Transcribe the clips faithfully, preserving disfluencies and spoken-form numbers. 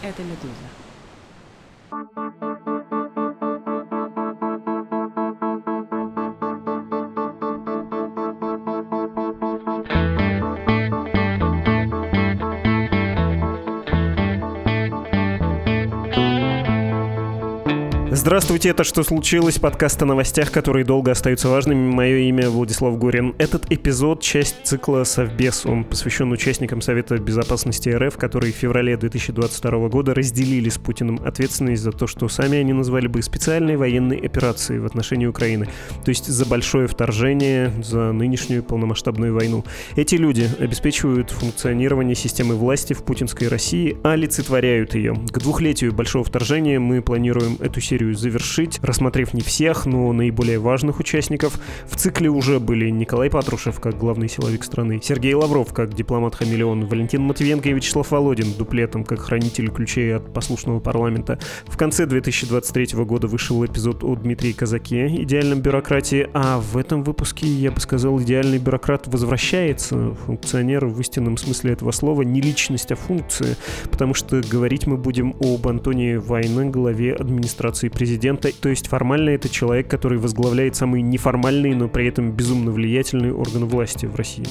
Это «Медуза». Здравствуйте, это «Что случилось?» Подкаст о новостях, которые долго остаются важными. Мое имя Владислав Горин. Этот эпизод — часть цикла «Совбез». Он посвящен участникам Совета Безопасности РФ, которые в феврале две тысячи двадцать второго года разделили с Путиным ответственность за то, что сами они назвали бы специальной военной операцией в отношении Украины. То есть за большое вторжение, за нынешнюю полномасштабную войну. Эти люди обеспечивают функционирование системы власти в путинской России, а олицетворяют ее. К двухлетию большого вторжения мы планируем эту серию завершить, рассмотрев не всех, но наиболее важных участников. В цикле уже были Николай Патрушев как главный силовик страны, Сергей Лавров как дипломат-хамелеон, Валентин Матвиенко и Вячеслав Володин дуплетом как хранитель ключей от послушного парламента. В конце две тысячи двадцать третьего года вышел эпизод о Дмитрии Казаке, идеальном бюрократе, а в этом выпуске, я бы сказал, идеальный бюрократ возвращается, функционер в истинном смысле этого слова, не личность, а функция, потому что говорить мы будем об Антоне Вайно, главе администрации президента, то есть формально это человек, который возглавляет самый неформальный, но при этом безумно влиятельный орган власти в России.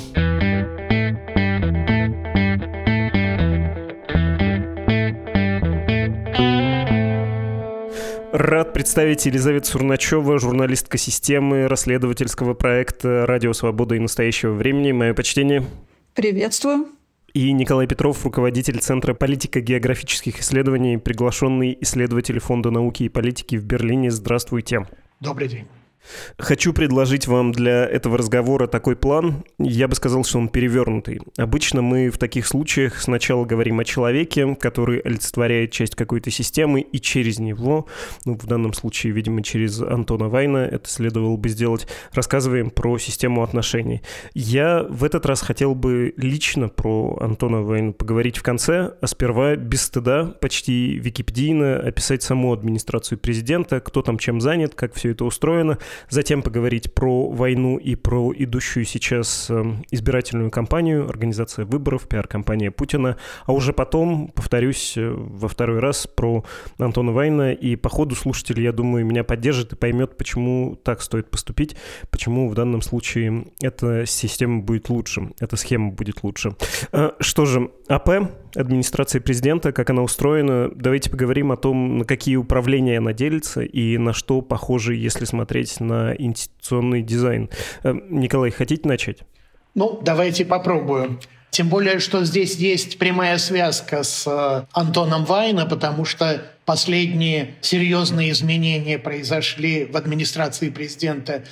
Рад представить Елизавету Сурначеву, журналистка системы расследовательского проекта «Радио Свобода» и «Настоящего времени». Мое почтение. Приветствую. И Николай Петров, руководитель Центра политико-географических исследований, приглашенный исследователь Фонда науки и политики в Берлине. Здравствуйте. Добрый день. Хочу предложить вам для этого разговора такой план. Я бы сказал, что он перевернутый. Обычно мы в таких случаях сначала говорим о человеке, который олицетворяет часть какой-то системы, и через него, ну, в данном случае, видимо, через Антона Вайно, это следовало бы сделать, рассказываем про систему отношений. Я в этот раз хотел бы лично про Антона Вайно поговорить в конце, а сперва без стыда, почти википедийно описать саму администрацию президента, кто там чем занят, как все это устроено. Затем поговорить про войну и про идущую сейчас избирательную кампанию, организация выборов, пиар-компания Путина. А уже потом, повторюсь, во второй раз про Антона Вайно. И по ходу слушатель, я думаю, меня поддержит и поймет, почему так стоит поступить, почему в данном случае эта система будет лучше, эта схема будет лучше. Что же, АП, администрация президента, как она устроена. Давайте поговорим о том, на какие управления она делится и на что похоже, если смотреть на институционный дизайн. Николай, хотите начать? Ну, давайте попробуем. Тем более, что здесь есть прямая связка с Антоном Вайно, потому что последние серьезные изменения произошли в администрации президента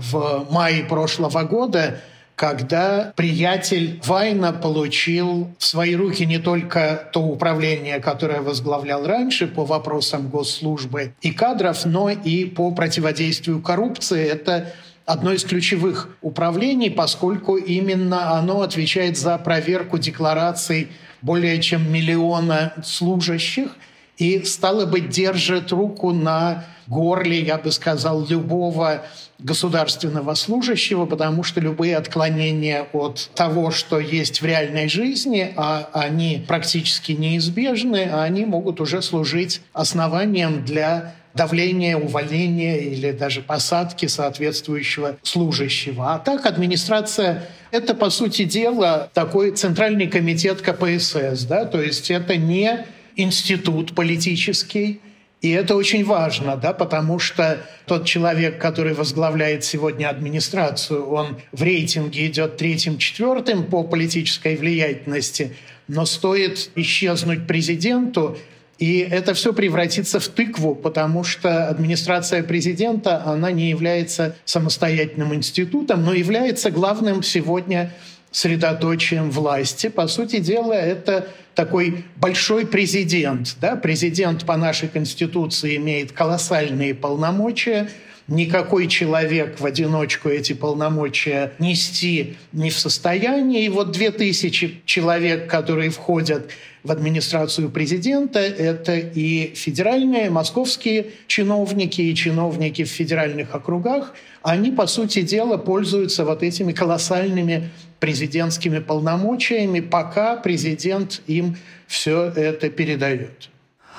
в мае прошлого года, когда приятель Вайно получил в свои руки не только то управление, которое возглавлял раньше по вопросам госслужбы и кадров, но и по противодействию коррупции. Это одно из ключевых управлений, поскольку именно оно отвечает за проверку деклараций более чем миллиона служащих и, стало быть, держит руку на горле, я бы сказал, любого государственного служащего, потому что любые отклонения от того, что есть в реальной жизни, а они практически неизбежны, они могут уже служить основанием для давления, увольнения или даже посадки соответствующего служащего. А так администрация — это, по сути дела, такой центральный комитет ка пэ эс эс, да? То есть это не институт политический. И это очень важно, да, потому что тот человек, который возглавляет сегодня администрацию, он в рейтинге идет третьим-четвертым по политической влиятельности, но стоит исчезнуть президенту, и это все превратится в тыкву, потому что администрация президента, она не является самостоятельным институтом, но является главным сегодня средоточием власти. По сути дела, это такой большой президент. Да? Президент по нашей Конституции имеет колоссальные полномочия. Никакой человек в одиночку эти полномочия нести не в состоянии. И вот две тысячи человек, которые входят в администрацию президента, это и федеральные, московские чиновники, и чиновники в федеральных округах. Они, по сути дела, пользуются вот этими колоссальными президентскими полномочиями, пока президент им все это передает.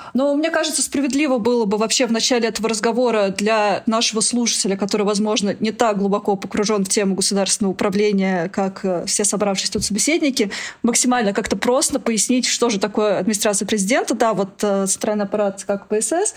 Но мне кажется, справедливо было бы вообще в начале этого разговора для нашего слушателя, который, возможно, не так глубоко погружен в тему государственного управления, как все собравшиеся тут собеседники, максимально как-то просто пояснить, что же такое администрация президента, да, вот центральный аппарат как ПСС.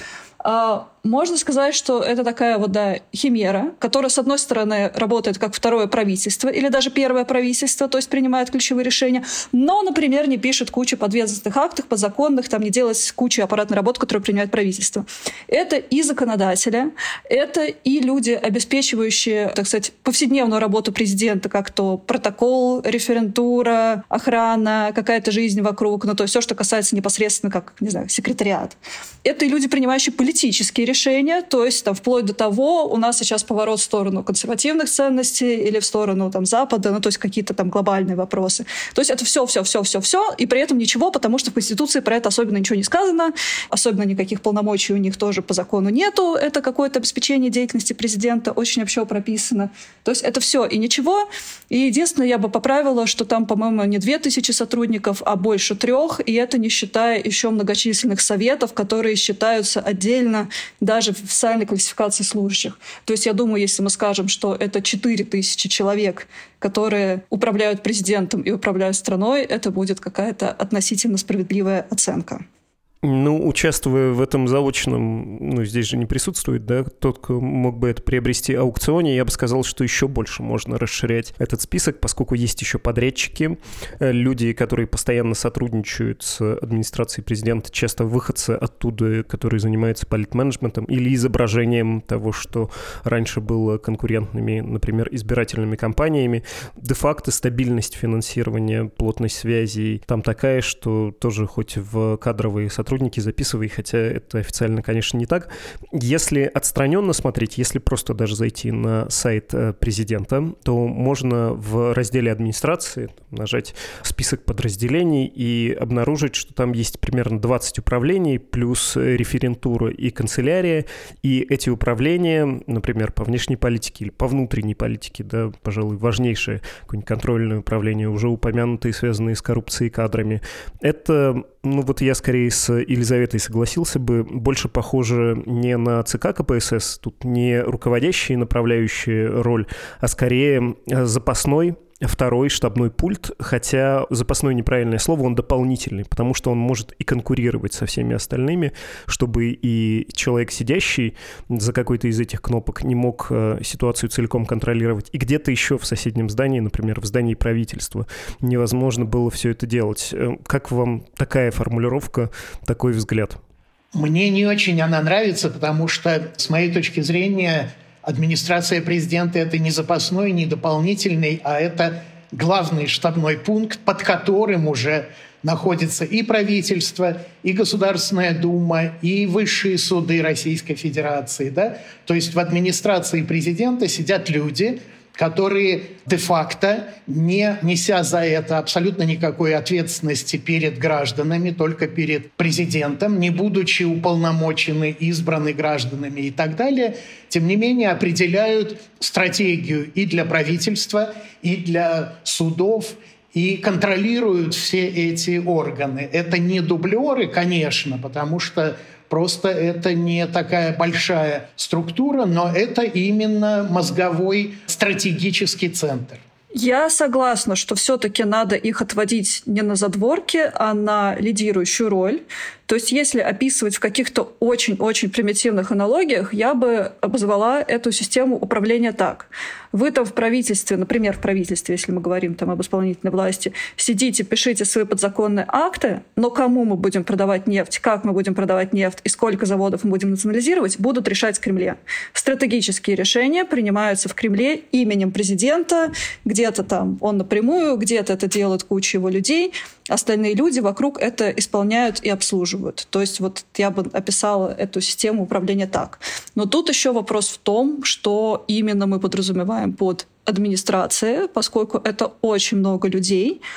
Можно сказать, что это такая вот, да, химера, которая, с одной стороны, работает как второе правительство или даже первое правительство, то есть принимает ключевые решения, но, например, не пишет кучу подведомственных актов, подзаконных, там не делает кучу аппаратной работы, которую принимает правительство. Это и законодатели, это и люди, обеспечивающие, так сказать, повседневную работу президента, как то протокол, референтура, охрана, какая-то жизнь вокруг, ну, то есть все, что касается непосредственно, как, не знаю, секретариат. Это и люди, принимающие политические решения, то есть там, вплоть до того, у нас сейчас поворот в сторону консервативных ценностей или в сторону там, Запада, ну, то есть какие-то там глобальные вопросы. То есть это все-все-все-все-все, и при этом ничего, потому что в Конституции про это особенно ничего не сказано, особенно никаких полномочий у них тоже по закону нету, это какое-то обеспечение деятельности президента, очень вообще прописано. То есть это все и ничего. И единственное, я бы поправила, что там, по-моему, не две тысячи сотрудников, а больше трех, и это не считая еще многочисленных советов, которые считаются отдельно даже в официальной классификации служащих. То есть я думаю, если мы скажем, что это четыре тысячи человек, которые управляют президентом и управляют страной, это будет какая-то относительно справедливая оценка. Ну, участвуя в этом заочном, ну, здесь же не присутствует, да, тот, кто мог бы это приобрести аукционе, я бы сказал, что еще больше можно расширять этот список, поскольку есть еще подрядчики, люди, которые постоянно сотрудничают с администрацией президента, часто выходцы оттуда, которые занимаются политменеджментом или изображением того, что раньше было конкурентными, например, избирательными кампаниями. Де-факто стабильность финансирования, плотность связей там такая, что тоже хоть в кадровые сотрудники сотрудники записывай, хотя это официально, конечно, не так. Если отстраненно смотреть, если просто даже зайти на сайт президента, то можно в разделе администрации нажать список подразделений и обнаружить, что там есть примерно двадцать управлений плюс референтура и канцелярия, и эти управления, например, по внешней политике или по внутренней политике, да, пожалуй, важнейшее какое-нибудь контрольное управление, уже упомянутые, связанные с коррупцией и кадрами, это, ну вот я скорее с Елизаветой согласился бы, больше похоже не на ЦК КПСС, тут не руководящая и направляющая роль, а скорее запасной второй штабной пульт, хотя запасной неправильное слово, он дополнительный, потому что он может и конкурировать со всеми остальными, чтобы и человек, сидящий за какой-то из этих кнопок, не мог ситуацию целиком контролировать. И где-то еще в соседнем здании, например, в здании правительства, невозможно было все это делать. Как вам такая формулировка, такой взгляд? Мне не очень она нравится, потому что, с моей точки зрения, администрация президента – это не запасной, не дополнительный, а это главный штабной пункт, под которым уже находится и правительство, и Государственная Дума, и высшие суды Российской Федерации. Да? То есть в администрации президента сидят люди, которые де-факто, не неся за это абсолютно никакой ответственности перед гражданами, только перед президентом, не будучи уполномочены, избраны гражданами и так далее, тем не менее определяют стратегию и для правительства, и для судов, и контролируют все эти органы. Это не дублеры, конечно, потому что просто это не такая большая структура, но это именно мозговой стратегический центр. Я согласна, что все-таки надо их отводить не на задворки, а на лидирующую роль. То есть если описывать в каких-то очень-очень примитивных аналогиях, я бы обозвала эту систему управления так. Вы там в правительстве, например, в правительстве, если мы говорим там об исполнительной власти, сидите, пишите свои подзаконные акты, но кому мы будем продавать нефть, как мы будем продавать нефть и сколько заводов мы будем национализировать, будут решать в Кремле. Стратегические решения принимаются в Кремле именем президента, где-то там он напрямую, где-то это делают куча его людей, остальные люди вокруг это исполняют и обслуживают. То есть вот я бы описала эту систему управления так. Но тут еще вопрос в том, что именно мы подразумеваем под администрацией, поскольку это очень много людей.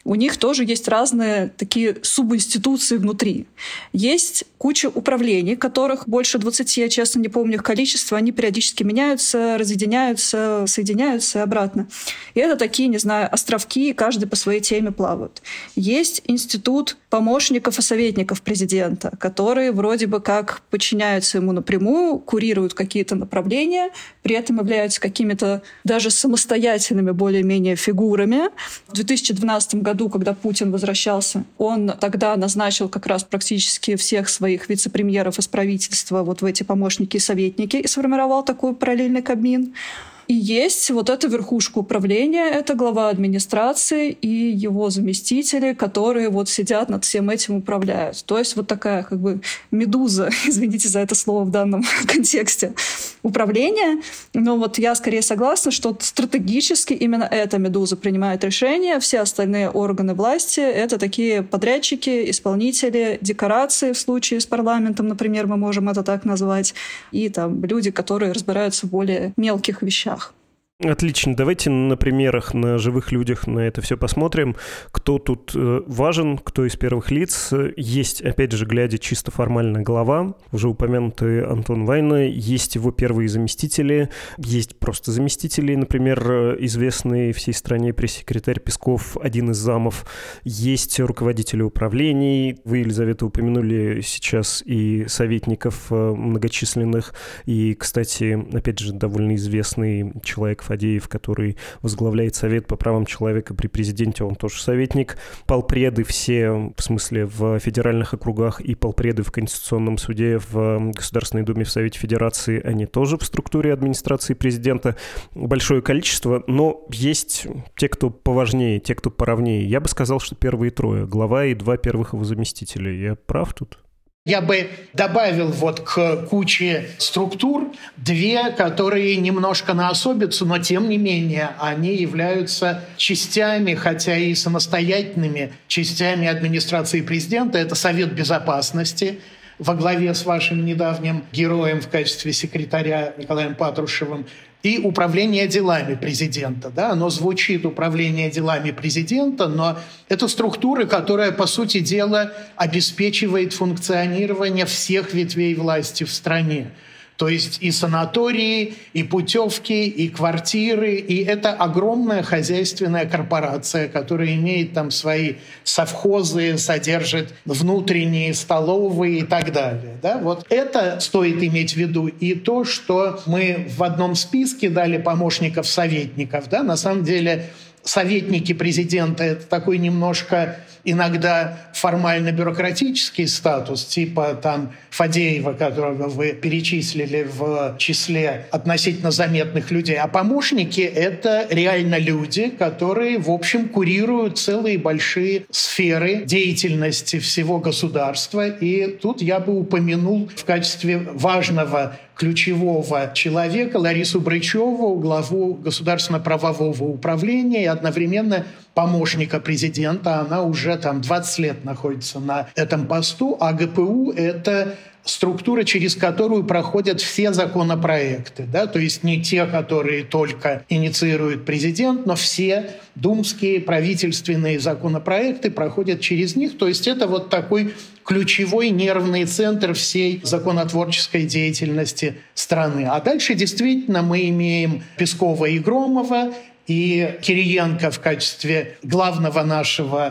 у них тоже есть разные такие субинституции внутри. Есть куча управлений, которых больше двадцати, я честно не помню их количество, они периодически меняются, разъединяются, соединяются и обратно. И это такие, не знаю, островки, каждый по своей теме плавают. Есть институт помощников и советников президента, которые вроде бы как подчиняются ему напрямую, курируют какие-то направления, при этом являются какими-то даже самостоятельными более-менее фигурами. В две тысячи двенадцатом году, когда Путин возвращался, он тогда назначил как раз практически всех своих вице-премьеров из правительства вот в эти помощники и советники и сформировал такой параллельный Кабмин. И есть вот эта верхушка управления, это глава администрации и его заместители, которые вот сидят над всем этим управляют. То есть вот такая как бы медуза, извините за это слово в данном контексте, управления. Но вот я скорее согласна, что стратегически именно эта медуза принимает решения, все остальные органы власти — это такие подрядчики, исполнители, декорации в случае с парламентом, например, мы можем это так назвать, и там люди, которые разбираются в более мелких вещах. Отлично. Давайте на примерах, на живых людях на это все посмотрим. Кто тут важен, кто из первых лиц. Есть, опять же, глядя чисто формально, глава, уже упомянутый Антон Вайна, есть его первые заместители, есть просто заместители, например, известный всей стране пресс-секретарь Песков, один из замов, есть руководители управлений. Вы, Елизавета, упомянули сейчас и советников многочисленных, и, кстати, опять же, довольно известный человек Фадеев, который возглавляет Совет по правам человека при президенте, он тоже советник. Полпреды все, в смысле, в федеральных округах и полпреды в Конституционном суде, в Государственной Думе, в Совете Федерации, они тоже в структуре администрации президента. Большое количество, но есть те, кто поважнее, те, кто поровнее. Я бы сказал, что первые трое. Глава и два первых его заместителя. Я прав тут? Я бы добавил вот к куче структур две, которые немножко на особицу, но тем не менее они являются частями, хотя и самостоятельными частями администрации президента. Это Совет Безопасности во главе с вашим недавним героем в качестве секретаря Николаем Патрушевым, и управление делами президента. Да? Оно звучит «управление делами президента», но это структура, которая, по сути дела, обеспечивает функционирование всех ветвей власти в стране. То есть и санатории, и путевки, и квартиры. И это огромная хозяйственная корпорация, которая имеет там свои совхозы, содержит внутренние столовые и так далее. Да? Вот это стоит иметь в виду. И то, что мы в одном списке дали помощников-советников. Да? На самом деле советники президента — это такой немножко иногда формально-бюрократический статус, типа там Фадеева, которого вы перечислили в числе относительно заметных людей. А помощники — это реально люди, которые, в общем, курируют целые большие сферы деятельности всего государства. И тут я бы упомянул в качестве важного ключевого человека Ларису Брычеву, главу Государственно-правового управления и одновременно помощника президента. Она уже там двадцать лет находится на этом посту, а ГПУ — это структура, через которую проходят все законопроекты. Да? То есть не те, которые только инициирует президент, но все думские правительственные законопроекты проходят через них. То есть это вот такой ключевой нервный центр всей законотворческой деятельности страны. А дальше действительно мы имеем Пескова и Громова, и Кириенко в качестве главного нашего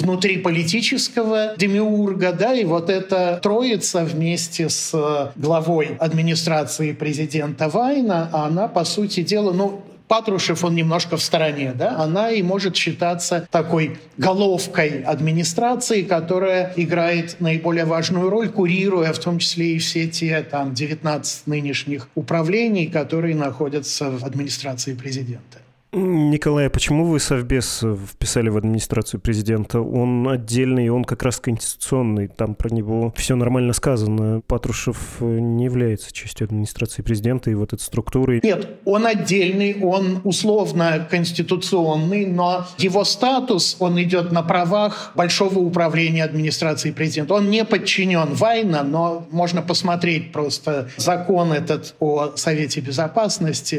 внутриполитического демиурга, да, и вот эта троица вместе с главой администрации президента Вайна, она, по сути дела, ну, Патрушев, он немножко в стороне, да, она и может считаться такой головкой администрации, которая играет наиболее важную роль, курируя в том числе и все те там девятнадцать нынешних управлений, которые находятся в администрации президента. Николай, почему вы Совбез вписали в администрацию президента? Он отдельный, он как раз конституционный, там про него все нормально сказано. Патрушев не является частью администрации президента и вот этой структуры. Нет, он отдельный, он условно конституционный, но его статус, он идет на правах большого управления администрацией президента. Он не подчинен Вайна, но можно посмотреть просто закон этот о Совете Безопасности.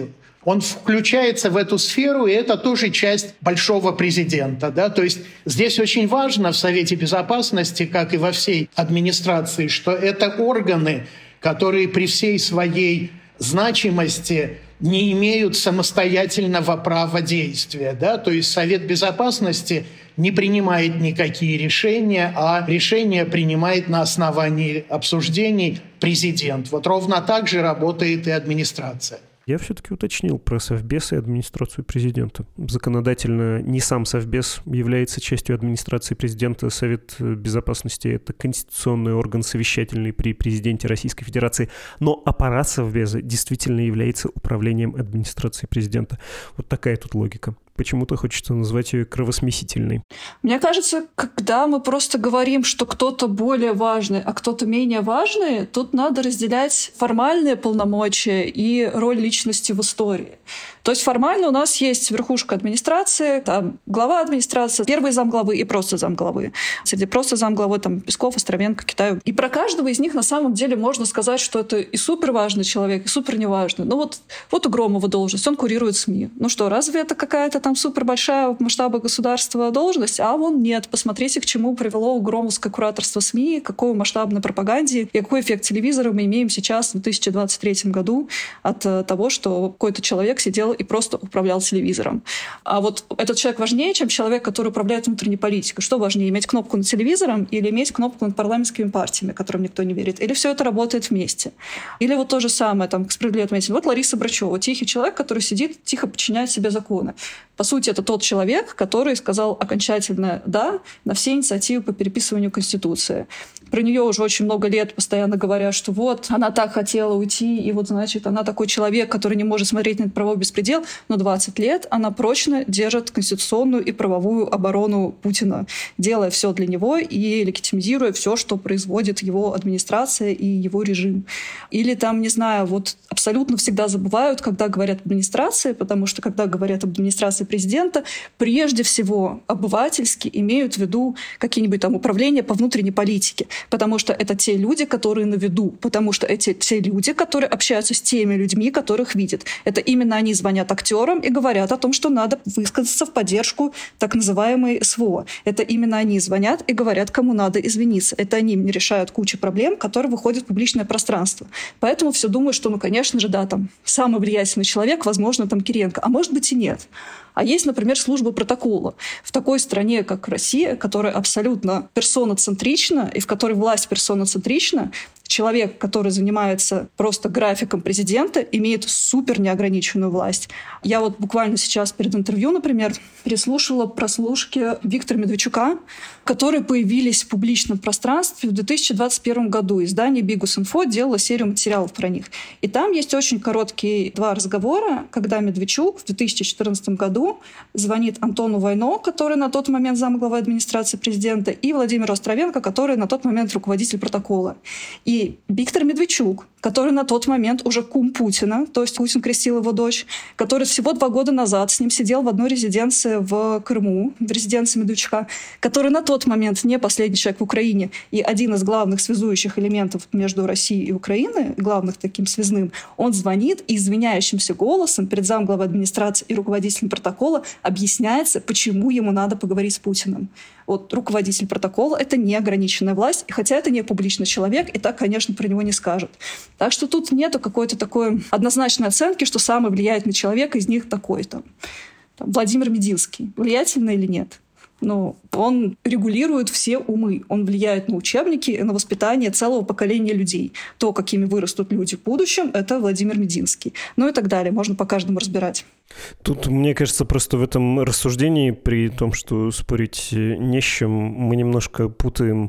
он включается в эту сферу, и это тоже часть большого президента. Да? То есть здесь очень важно в Совете Безопасности, как и во всей администрации, что это органы, которые при всей своей значимости не имеют самостоятельного права действия. Да? То есть Совет Безопасности не принимает никакие решения, а решения принимает на основании обсуждений президент. Вот ровно так же работает и администрация. Я все-таки уточнил про Совбез и администрацию президента. Законодательно не сам Совбез является частью администрации президента. Совет Безопасности — это конституционный орган совещательный при президенте Российской Федерации. Но аппарат Совбеза действительно является управлением администрации президента. Вот такая тут логика. Почему-то хочется назвать ее кровосмесительной. Мне кажется, когда мы просто говорим, что кто-то более важный, а кто-то менее важный, тут надо разделять формальные полномочия и роль личности в истории. То есть формально у нас есть верхушка администрации, там глава администрации, первый замглавы и просто замглавы. Среди просто замглавы там Песков, Островенко, Китаев. И про каждого из них на самом деле можно сказать, что это и супер важный человек, и супер неважный. Ну вот, вот у Громова должность, он курирует СМИ. Ну что, разве это какая-то там супер большая в масштабах государства должность? А вон нет. Посмотрите, к чему привело громовское кураторство СМИ, какой масштабной пропаганде и какой эффект телевизора мы имеем сейчас в две тысячи двадцать третьем году от того, что какой-то человек сидел и просто управлял телевизором. А вот этот человек важнее, чем человек, который управляет внутренней политикой. Что важнее, иметь кнопку над телевизором или иметь кнопку над парламентскими партиями, которым никто не верит? Или все это работает вместе? Или вот то же самое, там, справедливо отметили. Вот Лариса Брачева, тихий человек, который сидит, тихо подчиняет себе законы. По сути, это тот человек, который сказал окончательно «да» на все инициативы по переписыванию Конституции. Про нее уже очень много лет постоянно говорят, что вот, она так хотела уйти, и вот, значит, она такой человек, который не может смотреть на этот правовой беспредел, но двадцать лет она прочно держит конституционную и правовую оборону Путина, делая все для него и легитимизируя все, что производит его администрация и его режим. Или там, не знаю, вот абсолютно всегда забывают, когда говорят об администрации, потому что когда говорят об администрации президента, прежде всего обывательски имеют в виду какие-нибудь там управления по внутренней политике, потому что это те люди, которые на виду, потому что эти те люди, которые общаются с теми людьми, которых видят. Это именно они звонят актерам и говорят о том, что надо высказаться в поддержку так называемой СВО. Это именно они звонят и говорят, кому надо извиниться. Это они решают кучу проблем, которые выходят в публичное пространство. Поэтому все думают, что, ну, конечно же, да, там, самый влиятельный человек, возможно, там, Кириенко. А может быть и нет. А есть, например, служба протокола. В такой стране, как Россия, которая абсолютно персоноцентрична и в которой власть персоноцентрична, человек, который занимается просто графиком президента, имеет супер неограниченную власть. Я вот буквально сейчас перед интервью, например, переслушала прослушки Виктора Медведчука, которые появились в публичном пространстве в две тысячи двадцать первом году. Издание «Бигус.Инфо» делало серию материалов про них. И там есть очень короткие два разговора, когда Медведчук в две тысячи четырнадцатом году звонит Антону Войно, который на тот момент замглавы администрации президента, и Владимиру Островенко, который на тот момент руководитель протокола. И Виктор Медведчук, который на тот момент уже кум Путина, то есть Путин крестил его дочь, который всего два года назад с ним сидел в одной резиденции в Крыму, в резиденции Медведчука, который на тот момент не последний человек в Украине и один из главных связующих элементов между Россией и Украиной, главных таким связным, он звонит и извиняющимся голосом перед замглавой администрации и руководителем протокола объясняется, почему ему надо поговорить с Путиным. Вот руководитель протокола — это неограниченная власть, и хотя это не публичный человек, и так, конечно, про него не скажут. Так что тут нету какой-то такой однозначной оценки, что самый влиятельный человек из них такой-то. Там, Владимир Мединский. Влиятельный или нет? Но он регулирует все умы. Он влияет на учебники и на воспитание целого поколения людей. То, какими вырастут люди в будущем, это Владимир Мединский. Ну и так далее. Можно по каждому разбирать. Тут, мне кажется, просто в этом рассуждении, при том, что спорить не с чем, мы немножко путаем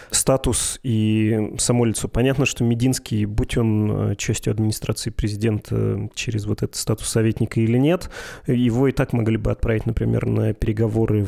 статус и само лицо. Понятно, что Мединский, будь он частью администрации президента через вот этот статус советника или нет, его и так могли бы отправить, например, на переговоры в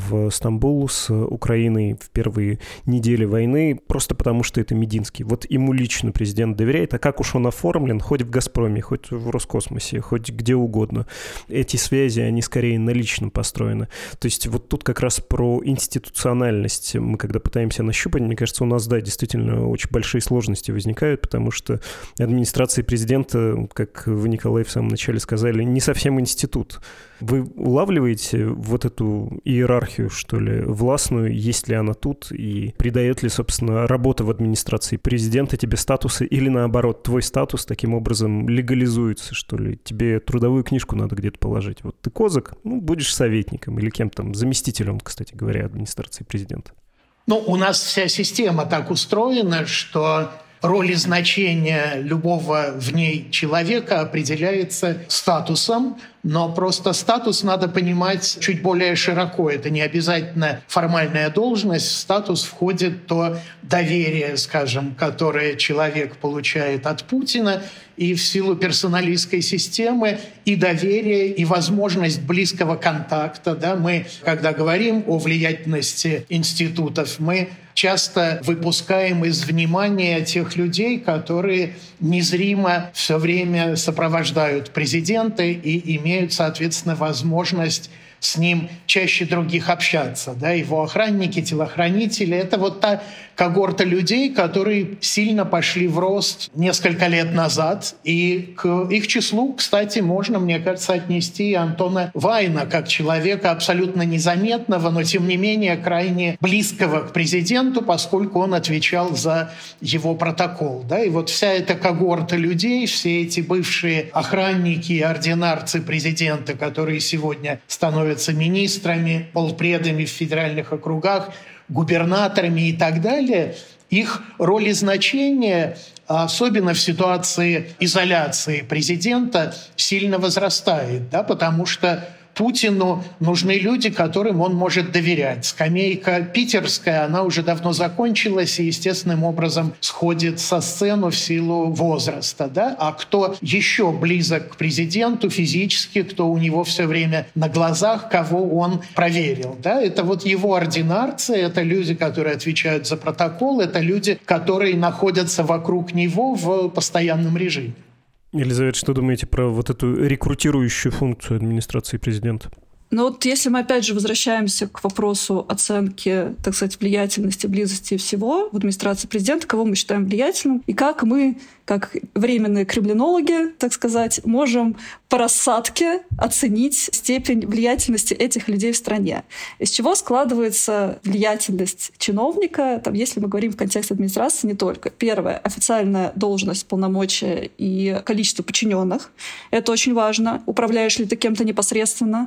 Стамбул с Украиной в первые недели войны, просто потому что это Мединский. Вот ему лично президент доверяет, а как уж он оформлен, хоть в «Газпроме», хоть в Роскосмосе, хоть где угодно. Эти связи, они скорее на личном построены. То есть вот тут как раз про институциональность мы когда пытаемся нащупать, мне кажется, у нас, да, действительно очень большие сложности возникают, потому что администрация президента, как вы, Николай, в самом начале сказали, не совсем институт. Вы улавливаете вот эту иерархию, что ли, властную, есть ли она тут, и придает ли, собственно, работа в администрации президента тебе статуса, или наоборот, твой статус таким образом легализуется, что ли, тебе трудовую книжку надо где-то положить. Вот ты козак, ну, будешь советником или кем там, заместителем, кстати говоря, администрации президента. Ну, у нас вся система так устроена, что роль и значение любого в ней человека определяется статусом, но просто статус надо понимать чуть более широко. Это не обязательно формальная должность. В статус входит то доверие, скажем, которое человек получает от Путина, и в силу персоналистской системы и доверие, и возможность близкого контакта. Да? Мы, когда говорим о влиятельности институтов, мы часто выпускаем из внимания тех людей, которые незримо все время сопровождают президента и имеют, соответственно, возможность с ним чаще других общаться. Да? Его охранники, телохранители — это вот та когорта людей, которые сильно пошли в рост несколько лет назад. И к их числу, кстати, можно, мне кажется, отнести и Антона Вайна как человека абсолютно незаметного, но, тем не менее, крайне близкого к президенту, поскольку он отвечал за его протокол. Да? И вот вся эта когорта людей, все эти бывшие охранники и ординарцы президента, которые сегодня становятся министрами, полпредами в федеральных округах, губернаторами и так далее, их роль и значение, особенно в ситуации изоляции президента, сильно возрастает, да, потому что Путину нужны люди, которым он может доверять. Скамейка питерская, она уже давно закончилась и естественным образом сходит со сцены в силу возраста. Да? А кто еще близок к президенту физически, кто у него все время на глазах, кого он проверил. Да? Это вот его ординарцы, это люди, которые отвечают за протокол, это люди, которые находятся вокруг него в постоянном режиме. Елизавета, что думаете про вот эту рекрутирующую функцию администрации президента? Ну вот если мы опять же возвращаемся к вопросу оценки, так сказать, влиятельности, близости всего в администрации президента, кого мы считаем влиятельным, и как мы, как временные кремлинологи, так сказать, можем по рассадке оценить степень влиятельности этих людей в стране. Из чего складывается влиятельность чиновника, там, если мы говорим в контексте администрации, не только. Первое — официальная должность, полномочия и количество подчиненных. Это очень важно. Управляешь ли ты кем-то непосредственно?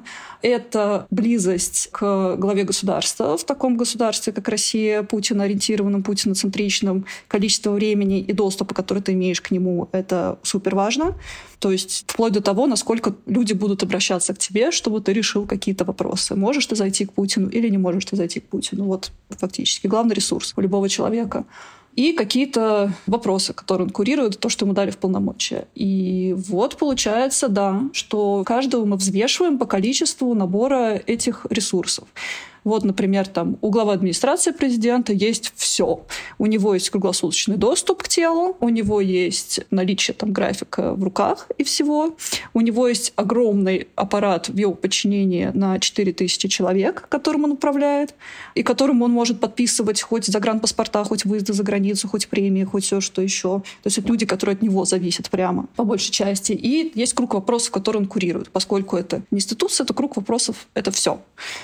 Это близость к главе государства в таком государстве, как Россия, Путин-ориентированном, Путиноцентричном, количество времени и доступа, который ты имеешь к нему, это супер важно. То есть вплоть до того, насколько люди будут обращаться к тебе, чтобы ты решил какие-то вопросы. Можешь ты зайти к Путину или не можешь ты зайти к Путину. Вот фактически главный ресурс у любого человека. И какие-то вопросы, которые он курирует, то, что ему дали в полномочия. И вот получается, да, что каждого мы взвешиваем по количеству набора этих ресурсов. Вот, например, там у главы администрации президента есть все. У него есть круглосуточный доступ к телу, у него есть наличие там графика в руках и всего. У него есть огромный аппарат в его подчинении на четыре тысячи человек, которым он управляет, и которым он может подписывать хоть загранпаспорта, хоть выезды за границу, хоть премии, хоть все, что еще. То есть это люди, которые от него зависят прямо, по большей части. И есть круг вопросов, которые он курирует. Поскольку это не институция, это круг вопросов — это все.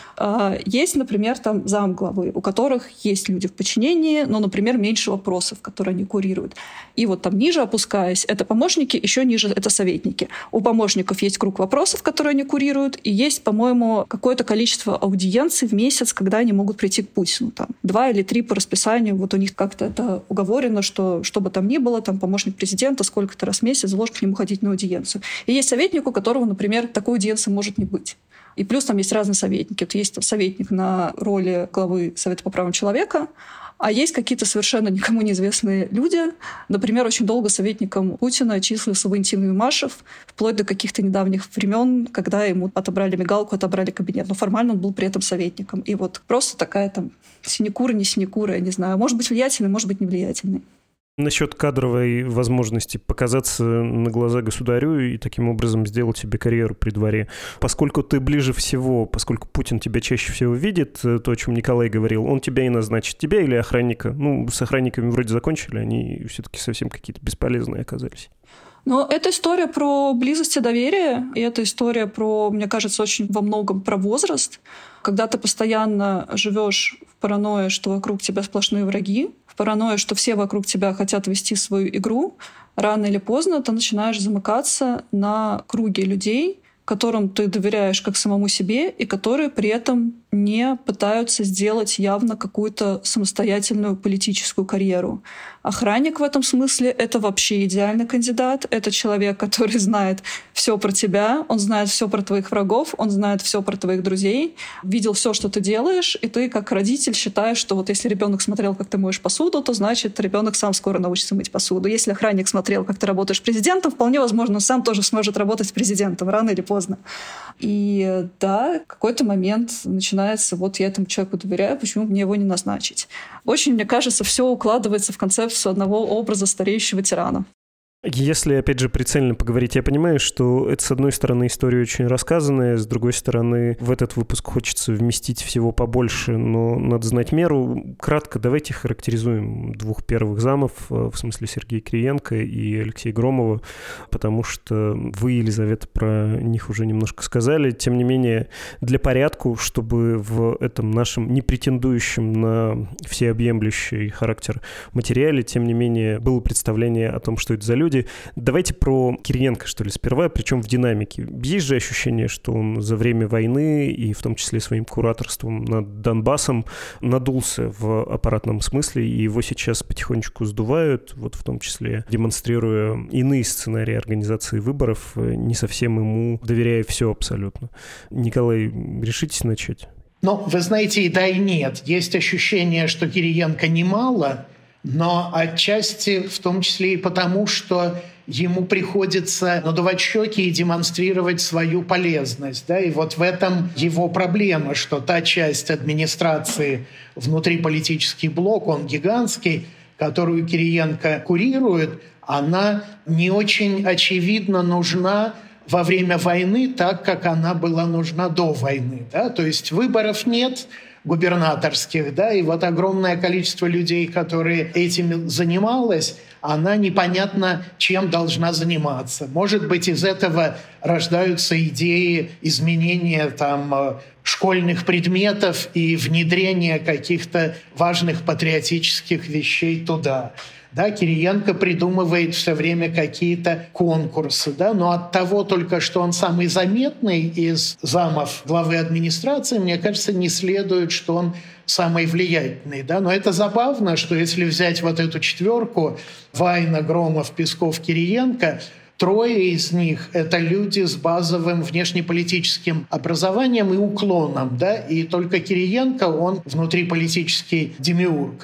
Есть, например, там замглавы, у которых есть люди в подчинении, но, например, меньше вопросов, которые они курируют. И вот там ниже опускаясь, это помощники, еще ниже это советники. У помощников есть круг вопросов, которые они курируют, и есть, по-моему, какое-то количество аудиенций в месяц, когда они могут прийти к Путину. Там два или три по расписанию. Вот у них как-то это уговорено, что что бы там ни было, там помощник президента сколько-то раз в месяц должен к нему ходить на аудиенцию. И есть советник, у которого, например, такой аудиенции может не быть. И плюс там есть разные советники. Вот есть там советник на роли главы Совета по правам человека, А есть какие-то совершенно никому неизвестные люди. Например, очень долго советником Путина числился Валентин Юмашев, вплоть до каких-то недавних времен, когда ему отобрали мигалку, отобрали кабинет. Но формально он был при этом советником. И вот просто такая там синекура, не синекура, я не знаю. Может быть влиятельный, может быть не влиятельный. Насчет кадровой возможности показаться на глаза государю и таким образом сделать себе карьеру при дворе. Поскольку ты ближе всего, поскольку Путин тебя чаще всего видит, то, о чем Николай говорил, он тебя и назначит. Тебя или охранника. Ну, с охранниками вроде закончили, они все-таки совсем какие-то бесполезные оказались. Но это история про близость и доверие, и это история про, мне кажется, очень во многом про возраст. Когда ты постоянно живешь в паранойе, что вокруг тебя сплошные враги, в паранойе, что все вокруг тебя хотят вести свою игру, рано или поздно ты начинаешь замыкаться на круге людей, которым ты доверяешь как самому себе, и которые при этом не пытаются сделать явно какую-то самостоятельную политическую карьеру. Охранник в этом смысле — это вообще идеальный кандидат. Это человек, который знает все про тебя, он знает все про твоих врагов, он знает все про твоих друзей, видел все, что ты делаешь, и ты как родитель считаешь, что вот если ребенок смотрел, как ты моешь посуду, то значит ребенок сам скоро научится мыть посуду. Если охранник смотрел, как ты работаешь президентом, вполне возможно, он сам тоже сможет работать президентом рано или поздно. И да, в какой-то момент начинается, вот я этому человеку доверяю, почему мне его не назначить? Очень, мне кажется, все укладывается в концепцию одного образа стареющего тирана. Если, опять же, прицельно поговорить, я понимаю, что это, с одной стороны, история очень рассказанная, с другой стороны, в этот выпуск хочется вместить всего побольше, но надо знать меру. Кратко давайте характеризуем двух первых замов, в смысле Сергея Кириенко и Алексея Громова, потому что вы, Елизавета, про них уже немножко сказали. Тем не менее, для порядку, чтобы в этом нашем не претендующем на всеобъемлющий характер материале, тем не менее, было представление о том, что это за люди. Давайте про Кириенко, что ли, сперва, причем в динамике. Есть же ощущение, что он за время войны и в том числе своим кураторством над Донбассом надулся в аппаратном смысле, и его сейчас потихонечку сдувают, вот в том числе демонстрируя иные сценарии организации выборов, не совсем ему доверяя все абсолютно. Николай, решитесь начать? Ну, вы знаете, и да, и нет. Есть ощущение, что Кириенко немало, но отчасти в том числе и потому, что ему приходится надувать щеки и демонстрировать свою полезность. Да? И вот в этом его проблема, что та часть администрации, внутриполитический блок, он гигантский, которую Кириенко курирует, она не очень очевидно нужна во время войны так, как она была нужна до войны. Да? То есть выборов нет, губернаторских, да, и вот огромное количество людей, которые этим занималось, она непонятно чем должна заниматься. Может быть, из этого рождаются идеи изменения там школьных предметов и внедрения каких-то важных патриотических вещей туда. Да, Кириенко придумывает все время какие-то конкурсы, да, но от того только, что он самый заметный из замов главы администрации, мне кажется, не следует, что он самый влиятельный. Да? Но это забавно, что если взять вот эту четверку — Вайна, Громов, Песков, Кириенко — трое из них — это люди с базовым внешнеполитическим образованием и уклоном. Да? И только Кириенко, он внутриполитический демиург.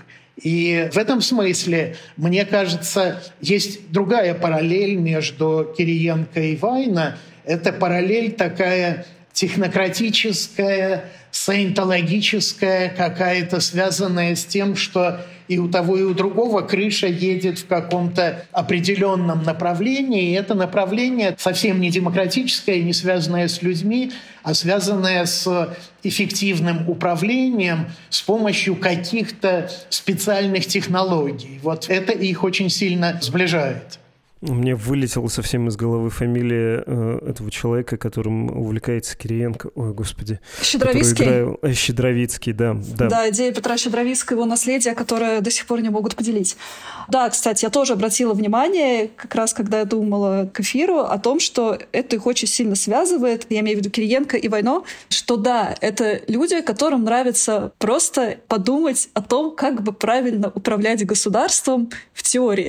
И в этом смысле, мне кажется, есть другая параллель между Кириенко и Вайна. Это параллель такая технократическая, саентологическая, какая-то связанная с тем, что и у того, и у другого крыша едет в каком-то определенном направлении, и это направление совсем не демократическое, не связанное с людьми, а связанное с эффективным управлением с помощью каких-то специальных технологий. Вот это их очень сильно сближает. У меня вылетела совсем из головы фамилия э, этого человека, которым увлекается Кириенко. Ой, господи. Щедровицкий? Играю... Щедровицкий, да, да. Да, идея Петра Щедровицкого, его наследие, которое до сих пор не могут поделить. Да, кстати, я тоже обратила внимание, как раз когда я думала к эфиру, о том, что это их очень сильно связывает, я имею в виду Кириенко и Вайно, что да, это люди, которым нравится просто подумать о том, как бы правильно управлять государством в теории.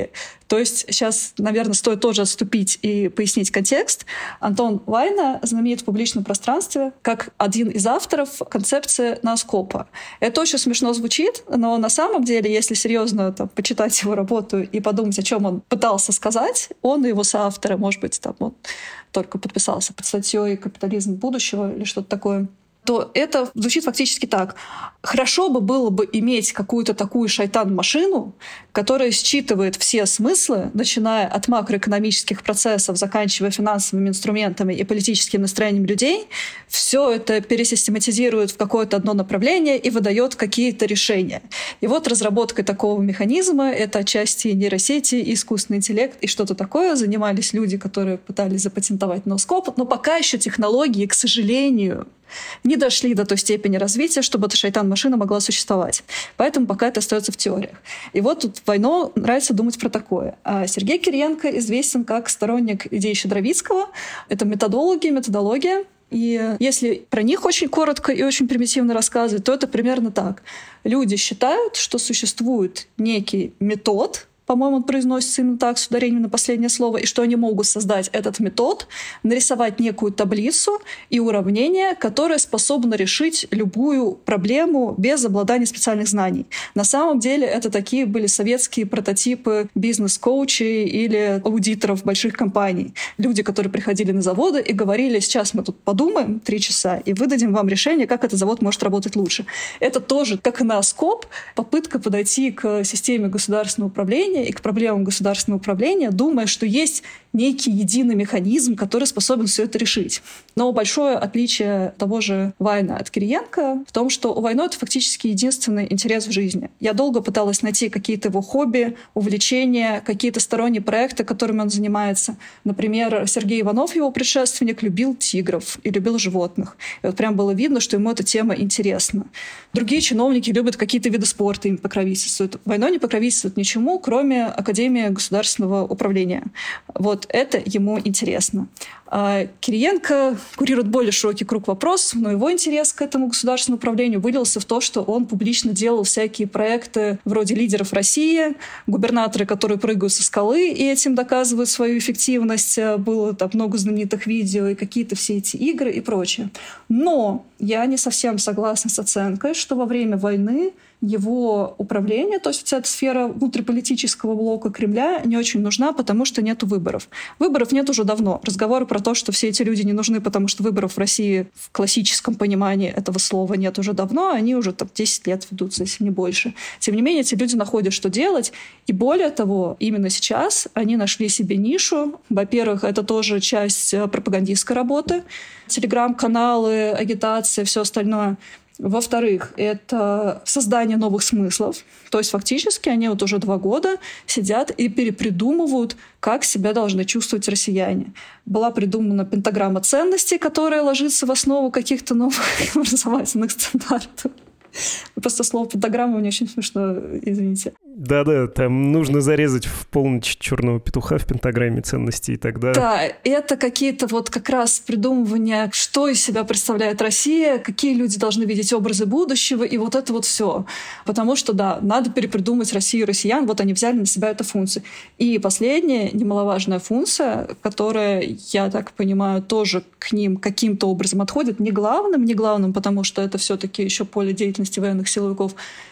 То есть сейчас, наверное, стоит тоже отступить и пояснить контекст. Антон Вайна знаменит в публичном пространстве как один из авторов концепции нооскопа. Это очень смешно звучит, но на самом деле, если серьезно там, почитать его работу и подумать, о чем он пытался сказать, он и его соавторы, может быть, там, он только подписался под статьей «Капитализм будущего» или что-то такое, то это звучит фактически так. Хорошо бы было бы иметь какую-то такую шайтан-машину, которая считывает все смыслы, начиная от макроэкономических процессов, заканчивая финансовыми инструментами и политическим настроением людей, все это пересистематизирует в какое-то одно направление и выдает какие-то решения. И вот разработкой такого механизма, это отчасти нейросети, искусственный интеллект и что-то такое, занимались люди, которые пытались запатентовать нооскоп, но пока еще технологии, к сожалению, не дошли до той степени развития, чтобы эта шайтан-машина могла существовать. Поэтому пока это остается в теориях. И вот тут Вайно нравится думать про такое. А Сергей Кириенко известен как сторонник идеи Щедровицкого. Это методология, методология. И если про них очень коротко и очень примитивно рассказывать, то это примерно так. Люди считают, что существует некий метод, по-моему, он произносится именно так, с ударением на последнее слово, и что они могут создать этот метод, нарисовать некую таблицу и уравнение, которое способно решить любую проблему без обладания специальных знаний. На самом деле это такие были советские прототипы бизнес-коучей или аудиторов больших компаний. Люди, которые приходили на заводы и говорили: сейчас мы тут подумаем три часа и выдадим вам решение, как этот завод может работать лучше. Это тоже, как и нооскоп, попытка подойти к системе государственного управления и к проблемам государственного управления, думая, что есть некий единый механизм, который способен все это решить. Но большое отличие того же Вайна от Кириенко в том, что у Вайно это фактически единственный интерес в жизни. Я долго пыталась найти какие-то его хобби, увлечения, какие-то сторонние проекты, которыми он занимается. Например, Сергей Иванов, его предшественник, любил тигров и любил животных. И вот прям было видно, что ему эта тема интересна. Другие чиновники любят какие-то виды спорта, им покровительствуют. Вайно не покровительствует ничему, кроме Академии государственного управления. Вот это ему интересно. А Кириенко курирует более широкий круг вопросов, но его интерес к этому государственному управлению вылился в то, что он публично делал всякие проекты вроде «Лидеров России», губернаторы, которые прыгают со скалы и этим доказывают свою эффективность. Было там много знаменитых видео и какие-то все эти игры и прочее. Но я не совсем согласна с оценкой, что во время войны его управление, то есть вся эта сфера внутриполитического блока Кремля не очень нужна, потому что нету выборов. Выборов нет уже давно. Разговоры про то, что все эти люди не нужны, потому что выборов в России в классическом понимании этого слова нет уже давно, они уже там десять лет ведутся, если не больше. Тем не менее, эти люди находят, что делать. И более того, именно сейчас они нашли себе нишу. Во-первых, это тоже часть пропагандистской работы. Телеграм-каналы, агитация, все остальное. Во-вторых, это создание новых смыслов. То есть фактически они вот уже два года сидят и перепридумывают, как себя должны чувствовать россияне. Была придумана пентаграмма ценностей, которая ложится в основу каких-то новых образовательных стандартов. Просто слово «пентаграмма» мне очень смешно, извините. Да-да, там нужно зарезать в полночь черного петуха в пентаграмме ценностей, и тогда... Да, это какие-то вот как раз придумывания, что из себя представляет Россия, какие люди должны видеть образы будущего, и вот это вот все. Потому что, да, надо перепридумать Россию и россиян, вот они взяли на себя эту функцию. И последняя немаловажная функция, которая, я так понимаю, тоже к ним каким-то образом отходит, не главным, не главным, потому что это все-таки еще поле деятельности военных силовиков,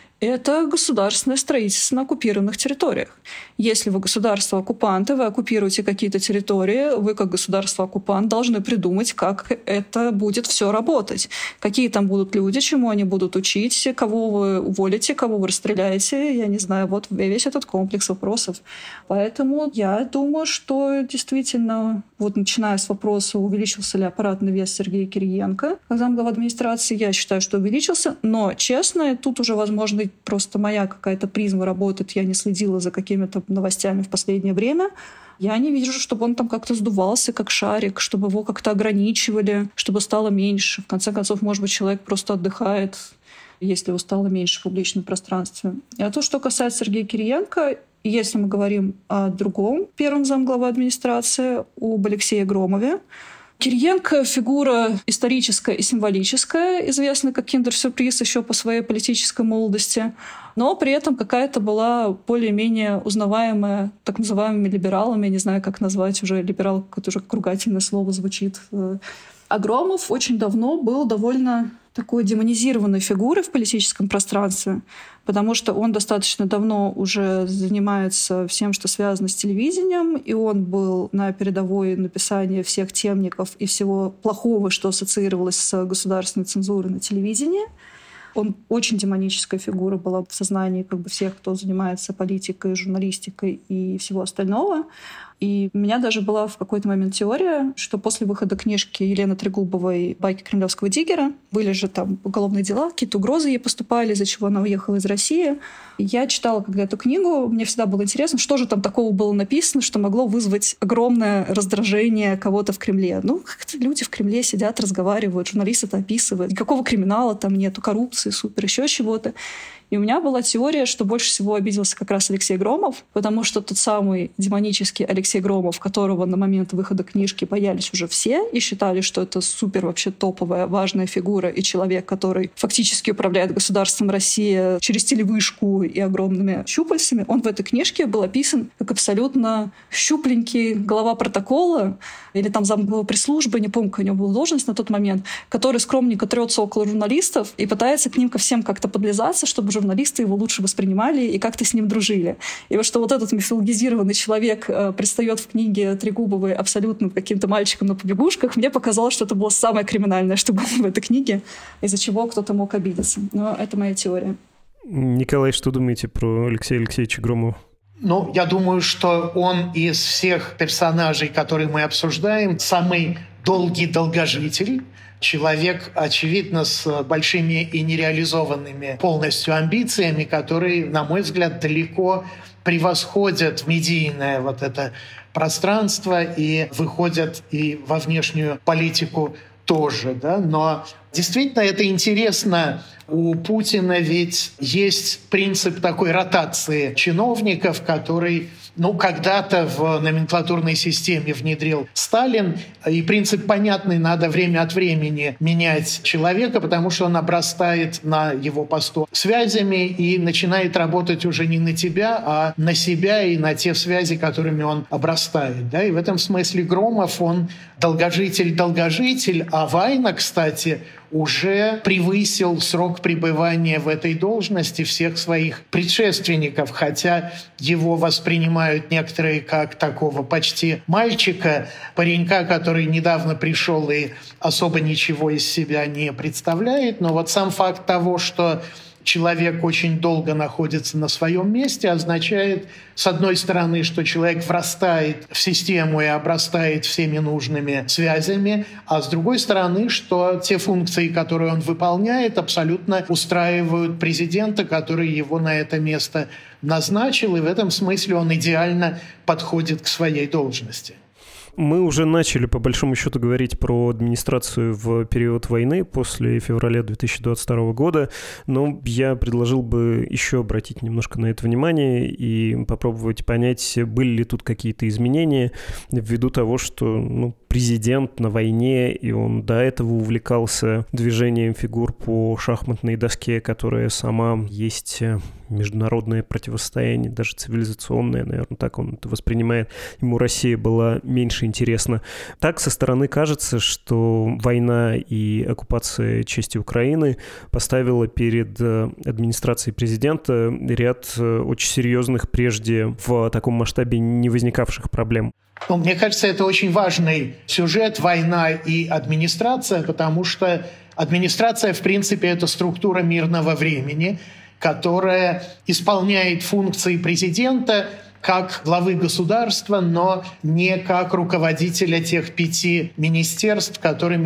это государственное строительство на оккупированных территориях. Если вы государство-оккупанты, вы оккупируете какие-то территории, вы как государство-оккупант должны придумать, как это будет все работать. Какие там будут люди, чему они будут учить, кого вы уволите, кого вы расстреляете. Я не знаю, вот весь этот комплекс вопросов. Поэтому я думаю, что действительно, вот начиная с вопроса, увеличился ли аппаратный вес Сергея Кириенко, как замглава администрации, я считаю, что увеличился. Но, честно, тут уже, возможно, просто моя какая-то призма работает, я не следила за какими-то новостями в последнее время. Я не вижу, чтобы он там как-то сдувался, как шарик, чтобы его как-то ограничивали, чтобы стало меньше. В конце концов, может быть, человек просто отдыхает, если его стало меньше в публичном пространстве. А то, что касается Сергея Кириенко, если мы говорим о другом первом замглавы администрации, об Алексее Громове, Кириенко — фигура историческая и символическая, известная как киндер-сюрприз еще по своей политической молодости, но при этом какая-то была более-менее узнаваемая так называемыми либералами, не знаю, как назвать уже либерал, это уже как ругательное слово звучит. А Громов очень давно был довольно такой демонизированной фигурой в политическом пространстве, потому что он достаточно давно уже занимается всем, что связано с телевидением, и он был на передовой написания всех темников и всего плохого, что ассоциировалось с государственной цензурой на телевидении. Он очень демоническая фигура была в сознании как бы всех, кто занимается политикой, журналистикой и всего остального. И у меня даже была в какой-то момент теория, что после выхода книжки Елены Трегубовой «Байки кремлевского диггера» были же там уголовные дела, какие-то угрозы ей поступали, из-за чего она уехала из России. И я читала когда эту книгу, мне всегда было интересно, что же там такого было написано, что могло вызвать огромное раздражение кого-то в Кремле. Ну, как-то люди в Кремле сидят, разговаривают, журналисты это описывают. Никакого криминала там нету, коррупции, супер, еще чего-то. И у меня была теория, что больше всего обиделся как раз Алексей Громов, потому что тот самый демонический Алексей Громов, которого на момент выхода книжки боялись уже все и считали, что это супер вообще топовая, важная фигура и человек, который фактически управляет государством России через телевышку и огромными щупальцами, он в этой книжке был описан как абсолютно щупленький глава протокола или там замглавы пресс-службы, не помню, какая у него была должность на тот момент, который скромненько трется около журналистов и пытается к ним ко всем как-то подлизаться, чтобы журналисты его лучше воспринимали и как-то с ним дружили. И вот что вот этот мифологизированный человек э, предстает в книге Трегубовой абсолютно каким-то мальчиком на побегушках, мне показалось, что это было самое криминальное, что было в этой книге, из-за чего кто-то мог обидеться. Но это моя теория. Николай, что думаете про Алексея Алексеевича Громова? Ну, я думаю, что он из всех персонажей, которые мы обсуждаем, самый долгий долгожитель. Человек, очевидно, с большими и нереализованными полностью амбициями, которые, на мой взгляд, далеко превосходят медийное вот это пространство и выходят и во внешнюю политику тоже. Да? Но действительно это интересно. У Путина ведь есть принцип такой ротации чиновников, который ну, когда-то в номенклатурной системе внедрил Сталин. И принцип понятный, надо время от времени менять человека, потому что он обрастает на его посту связями и начинает работать уже не на тебя, а на себя и на те связи, которыми он обрастает. Да? И в этом смысле Громов, он долгожитель-долгожитель, а Вайна, кстати, уже превысил срок пребывания в этой должности всех своих предшественников, хотя его воспринимают некоторые как такого почти мальчика, паренька, который недавно пришел и особо ничего из себя не представляет. Но вот сам факт того, что человек очень долго находится на своем месте, означает, с одной стороны, что человек врастает в систему и обрастает всеми нужными связями, а с другой стороны, что те функции, которые он выполняет, абсолютно устраивают президента, который его на это место назначил, и в этом смысле он идеально подходит к своей должности. Мы уже начали, по большому счету, говорить про администрацию в период войны после февраля две тысячи двадцать второго года, но я предложил бы еще обратить немножко на это внимание и попробовать понять, были ли тут какие-то изменения ввиду того, что ну, президент на войне, и он до этого увлекался движением фигур по шахматной доске, которая сама есть международное противостояние, даже цивилизационное, наверное, так он это воспринимает. Ему Россия была меньше интересна. Так со стороны кажется, что война и оккупация части Украины поставила перед администрацией президента ряд очень серьезных, прежде в таком масштабе не возникавших проблем. Ну, мне кажется, это очень важный сюжет «Война и администрация», потому что администрация, в принципе, это структура мирного времени, которая исполняет функции президента как главы государства, но не как руководителя тех пяти министерств, которыми он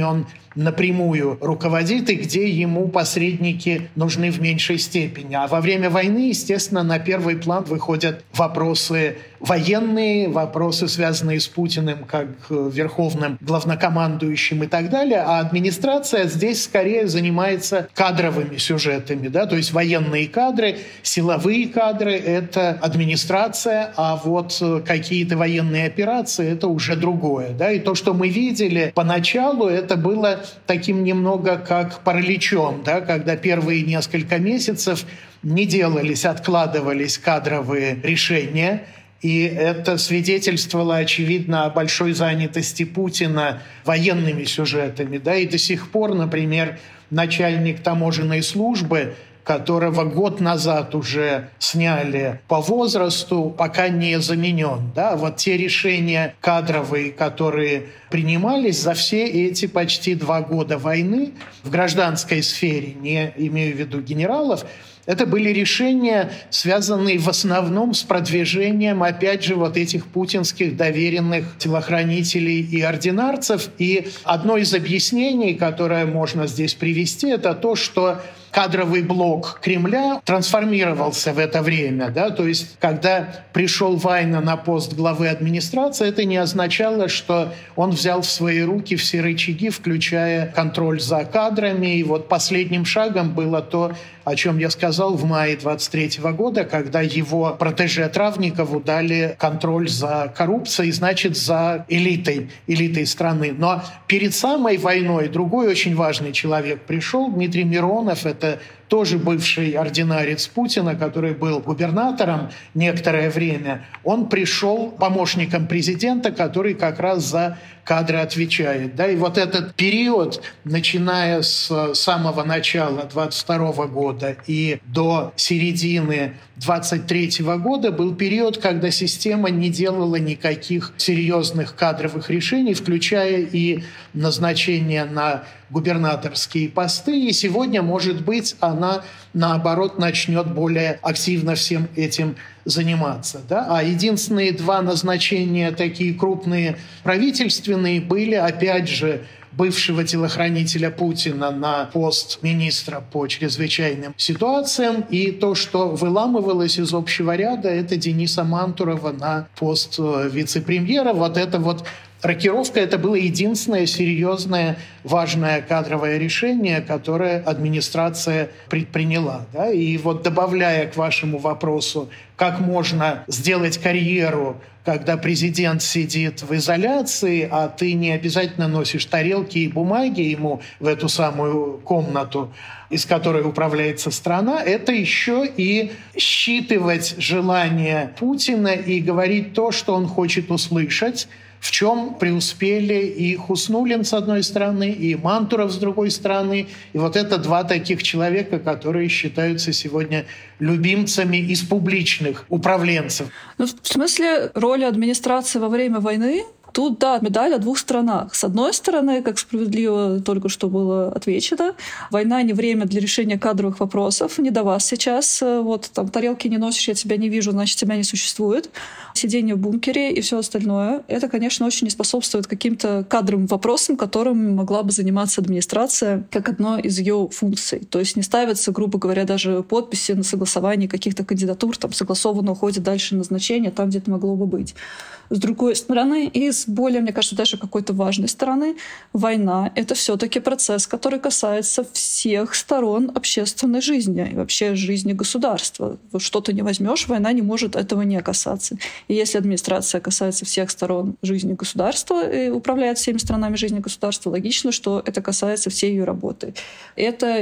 напрямую руководит и где ему посредники нужны в меньшей степени. А во время войны, естественно, на первый план выходят вопросы военные, вопросы, связанные с Путиным как верховным главнокомандующим и так далее, а администрация здесь скорее занимается кадровыми сюжетами, да, то есть военные кадры, силовые кадры — это администрация, а вот какие-то военные операции — это уже другое, да, и то, что мы видели поначалу, это было таким немного как параличом, да, когда первые несколько месяцев не делались, откладывались кадровые решения. И это свидетельствовало, очевидно, о большой занятости Путина военными сюжетами. Да? И до сих пор, например, начальник таможенной службы, которого год назад уже сняли по возрасту, пока не заменен. Да? Вот те решения кадровые, которые принимались за все эти почти два года войны в гражданской сфере, не имею в виду генералов, это были решения, связанные в основном с продвижением, опять же, вот этих путинских доверенных телохранителей и ординарцев. И одно из объяснений, которое можно здесь привести, это то, что кадровый блок Кремля трансформировался в это время. Да? То есть, когда пришел Вайна на пост главы администрации, это не означало, что он взял в свои руки все рычаги, включая контроль за кадрами. И вот последним шагом было то, о чем я сказал в мае двадцать третьего года, когда его протеже Травникову дали контроль за коррупцией, значит, за элитой, элитой страны. Но перед самой войной другой очень важный человек пришел, Дмитрий Миронов, это тоже бывший ординарец Путина, который был губернатором некоторое время. Он пришел помощником президента, который как раз за кадры отвечает. Да? И вот этот период, начиная с самого начала двадцать второго года и до середины двадцать третьего года, был период, когда система не делала никаких серьезных кадровых решений, включая и назначение на губернаторские посты. И сегодня, может быть, она, наоборот, начнет более активно всем этим заниматься. Да? А единственные два назначения, такие крупные правительственные, были, опять же, бывшего телохранителя Путина на пост министра по чрезвычайным ситуациям. И то, что выламывалось из общего ряда, это Дениса Мантурова на пост вице-премьера. Вот это вот рокировка — это было единственное серьезное, важное кадровое решение, которое администрация предприняла. Да? И вот добавляя к вашему вопросу, как можно сделать карьеру, когда президент сидит в изоляции, а ты не обязательно носишь тарелки и бумаги ему в эту самую комнату, из которой управляется страна, это еще и считывать желание Путина и говорить то, что он хочет услышать, в чем преуспели и Хуснуллин с одной стороны, и Мантуров с другой стороны. И вот это два таких человека, которые считаются сегодня любимцами из публичных управленцев. Ну, в смысле роли администрации во время войны? Тут, да, медаль о двух сторонах. С одной стороны, как справедливо только что было отвечено, война не время для решения кадровых вопросов. Не до вас сейчас. Вот там тарелки не носишь, я тебя не вижу, значит, тебя не существует. Сидение в бункере и все остальное. Это, конечно, очень не способствует каким-то кадровым вопросам, которым могла бы заниматься администрация как одно из ее функций. То есть не ставятся, грубо говоря, даже подписи на согласование каких-то кандидатур, там согласованно уходит дальше назначение, там, где это могло бы быть. С другой стороны, и с более, мне кажется, даже какой-то важной стороны, война — это все-таки процесс, который касается всех сторон общественной жизни и вообще жизни государства. Вот что ты не возьмешь, война не может этого не касаться. И если администрация касается всех сторон жизни государства и управляет всеми сторонами жизни государства, логично, что это касается всей ее работы. Это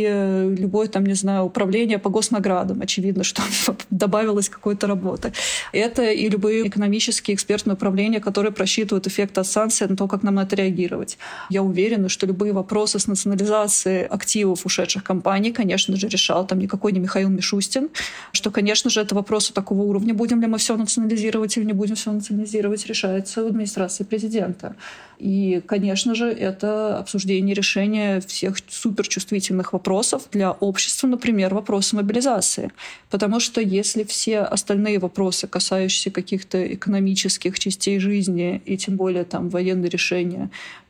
и любое, там, не знаю, управление по госнаградам. Очевидно, что добавилось какой-то работы. Это и любые экономические экспертное управление, которое просчитывает эффект от санкций на то, как нам на это реагировать. Я уверена, что любые вопросы с национализацией активов ушедших компаний, конечно же, решал там никакой не Михаил Мишустин, что, конечно же, это вопросы такого уровня, будем ли мы все национализировать или не будем все национализировать, решается в администрации президента. И, конечно же, это обсуждение решения всех суперчувствительных вопросов для общества, например, вопросы мобилизации. Потому что если все остальные вопросы, касающиеся каких-то экономических частей жизни и тем более там военные решения,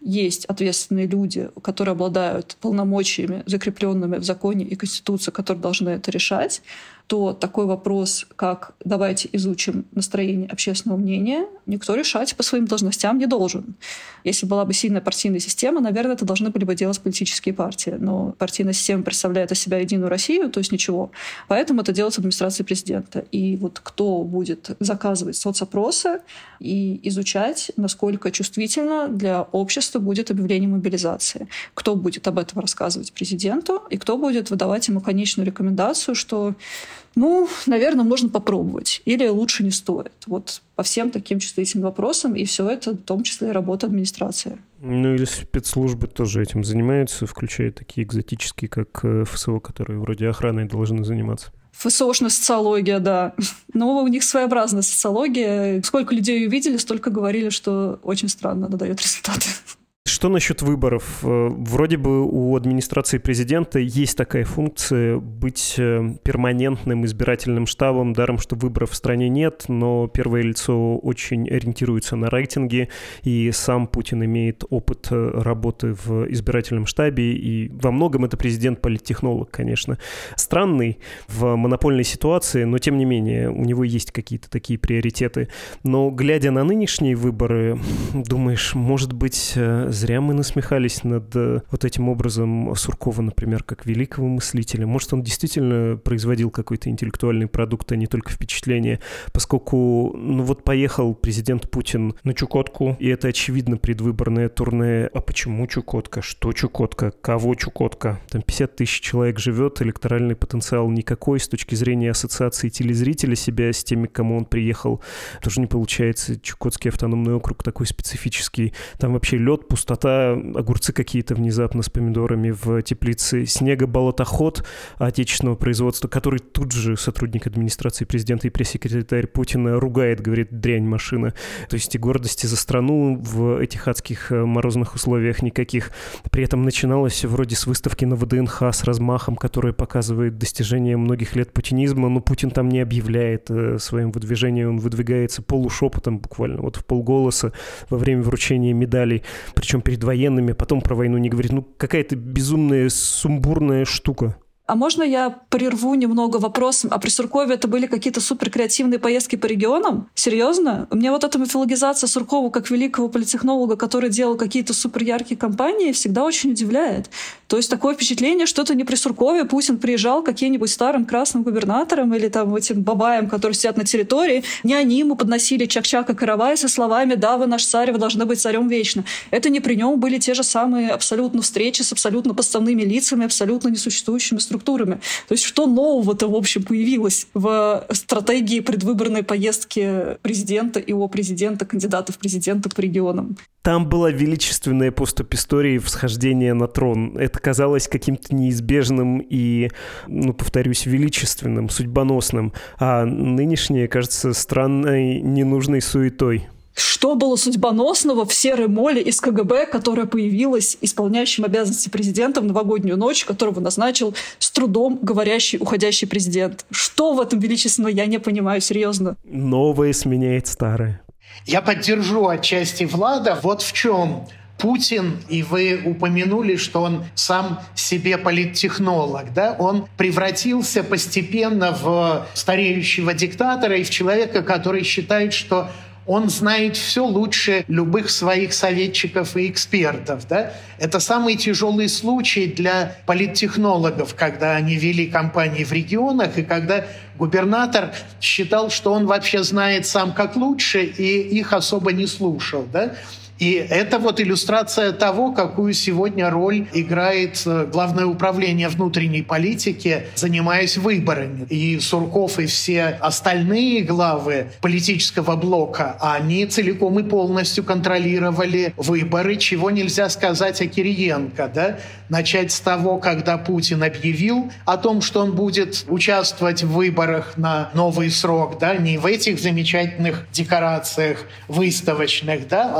есть ответственные люди, которые обладают полномочиями, закрепленными в законе и Конституции, которые должны это решать, то такой вопрос, как «давайте изучим настроение общественного мнения», никто решать по своим должностям не должен. Если была бы сильная партийная система, наверное, это должны были бы делать политические партии. Но партийная система представляет из себя единую Россию, то есть ничего. Поэтому это делается администрацией президента. И вот кто будет заказывать соцопросы и изучать, насколько чувствительно для общества будет объявление мобилизации, кто будет об этом рассказывать президенту и кто будет выдавать ему конечную рекомендацию, что ну, наверное, можно попробовать. Или лучше не стоит. Вот по всем таким чувствительным вопросам. И все это, в том числе, и работа администрации. Ну, или спецслужбы тоже этим занимаются, включая такие экзотические, как ФСО, которые вроде охраной должны заниматься. ФСОшная социология, да. Но у них своеобразная социология. Сколько людей увидели, столько говорили, что очень странно она дает результаты. Что насчет выборов? Вроде бы у администрации президента есть такая функция быть перманентным избирательным штабом, даром, что выборов в стране нет, но первое лицо очень ориентируется на рейтинги, и сам Путин имеет опыт работы в избирательном штабе, и во многом это президент-политтехнолог, конечно. Странный в монопольной ситуации, но тем не менее у него есть какие-то такие приоритеты. Но глядя на нынешние выборы, думаешь, может быть, зря мы насмехались над вот этим образом Суркова, например, как великого мыслителя. Может, он действительно производил какой-то интеллектуальный продукт, а не только впечатление, поскольку, ну вот поехал президент Путин на Чукотку, и это, очевидно, предвыборное турне. А почему Чукотка? Что Чукотка? Кого Чукотка? Там пятьдесят тысяч человек живет, электоральный потенциал никакой. С точки зрения ассоциации телезрителя себя с теми, к кому он приехал, тоже не получается. Чукотский автономный округ такой специфический. Там вообще лед, пустота, огурцы какие-то внезапно с помидорами в теплице, снегоболотоход отечественного производства, который тут же сотрудник администрации президента и пресс-секретарь Путина ругает, говорит, дрянь машина. То есть и гордости за страну в этих адских морозных условиях никаких. При этом начиналось вроде с выставки на ВДНХ с размахом, которая показывает достижения многих лет путинизма, но Путин там не объявляет о своем выдвижении, он выдвигается полушепотом буквально, вот в полголоса во время вручения медалей. Причем перед военными, потом про войну не говорит. Ну, какая-то безумная, сумбурная штука. А можно я прерву немного вопросом? А при Суркове это были какие-то суперкреативные поездки по регионам? Серьезно? Мне вот эта мифологизация Суркова как великого политтехнолога, который делал какие-то суперяркие кампании, всегда очень удивляет. То есть такое впечатление, что это не при Суркове Путин приезжал к каким-нибудь старым красным губернаторам или там этим бабаям, которые сидят на территории. Не они ему подносили чак-чак и каравай со словами «Да, вы наш царь, вы должны быть царем вечно». Это не при нем были те же самые абсолютно встречи с абсолютно подставными лицами, абсолютно несуществующими структурами. То есть что нового-то, в общем, появилось в стратегии предвыборной поездки президента и его президента, кандидатов в президенты по регионам? Там была величественная поступь истории всхождения на трон. Это казалось каким-то неизбежным и, ну, повторюсь, величественным, судьбоносным. А нынешнее кажется странной, ненужной суетой. Что было судьбоносного в серой моле из КГБ, которая появилась исполняющим обязанности президента в новогоднюю ночь, которого назначил с трудом говорящий уходящий президент? Что в этом величественного, я не понимаю, серьезно. Новое сменяет старое. Я поддержу отчасти Влада. Вот в чем Путин, и вы упомянули, что он сам себе политтехнолог, да? Он превратился постепенно в стареющего диктатора и в человека, который считает, что он знает все лучше любых своих советчиков и экспертов. Да? Это самый тяжелый случай для политтехнологов, когда они вели кампании в регионах, и когда губернатор считал, что он вообще знает сам как лучше, и их особо не слушал. Да? И это вот иллюстрация того, какую сегодня роль играет Главное управление внутренней политики, занимаясь выборами. И Сурков, и все остальные главы политического блока, они целиком и полностью контролировали выборы, чего нельзя сказать о Кириенко. Да? Начать с того, когда Путин объявил о том, что он будет участвовать в выборах на новый срок, да? Не в этих замечательных декорациях выставочных, да? А как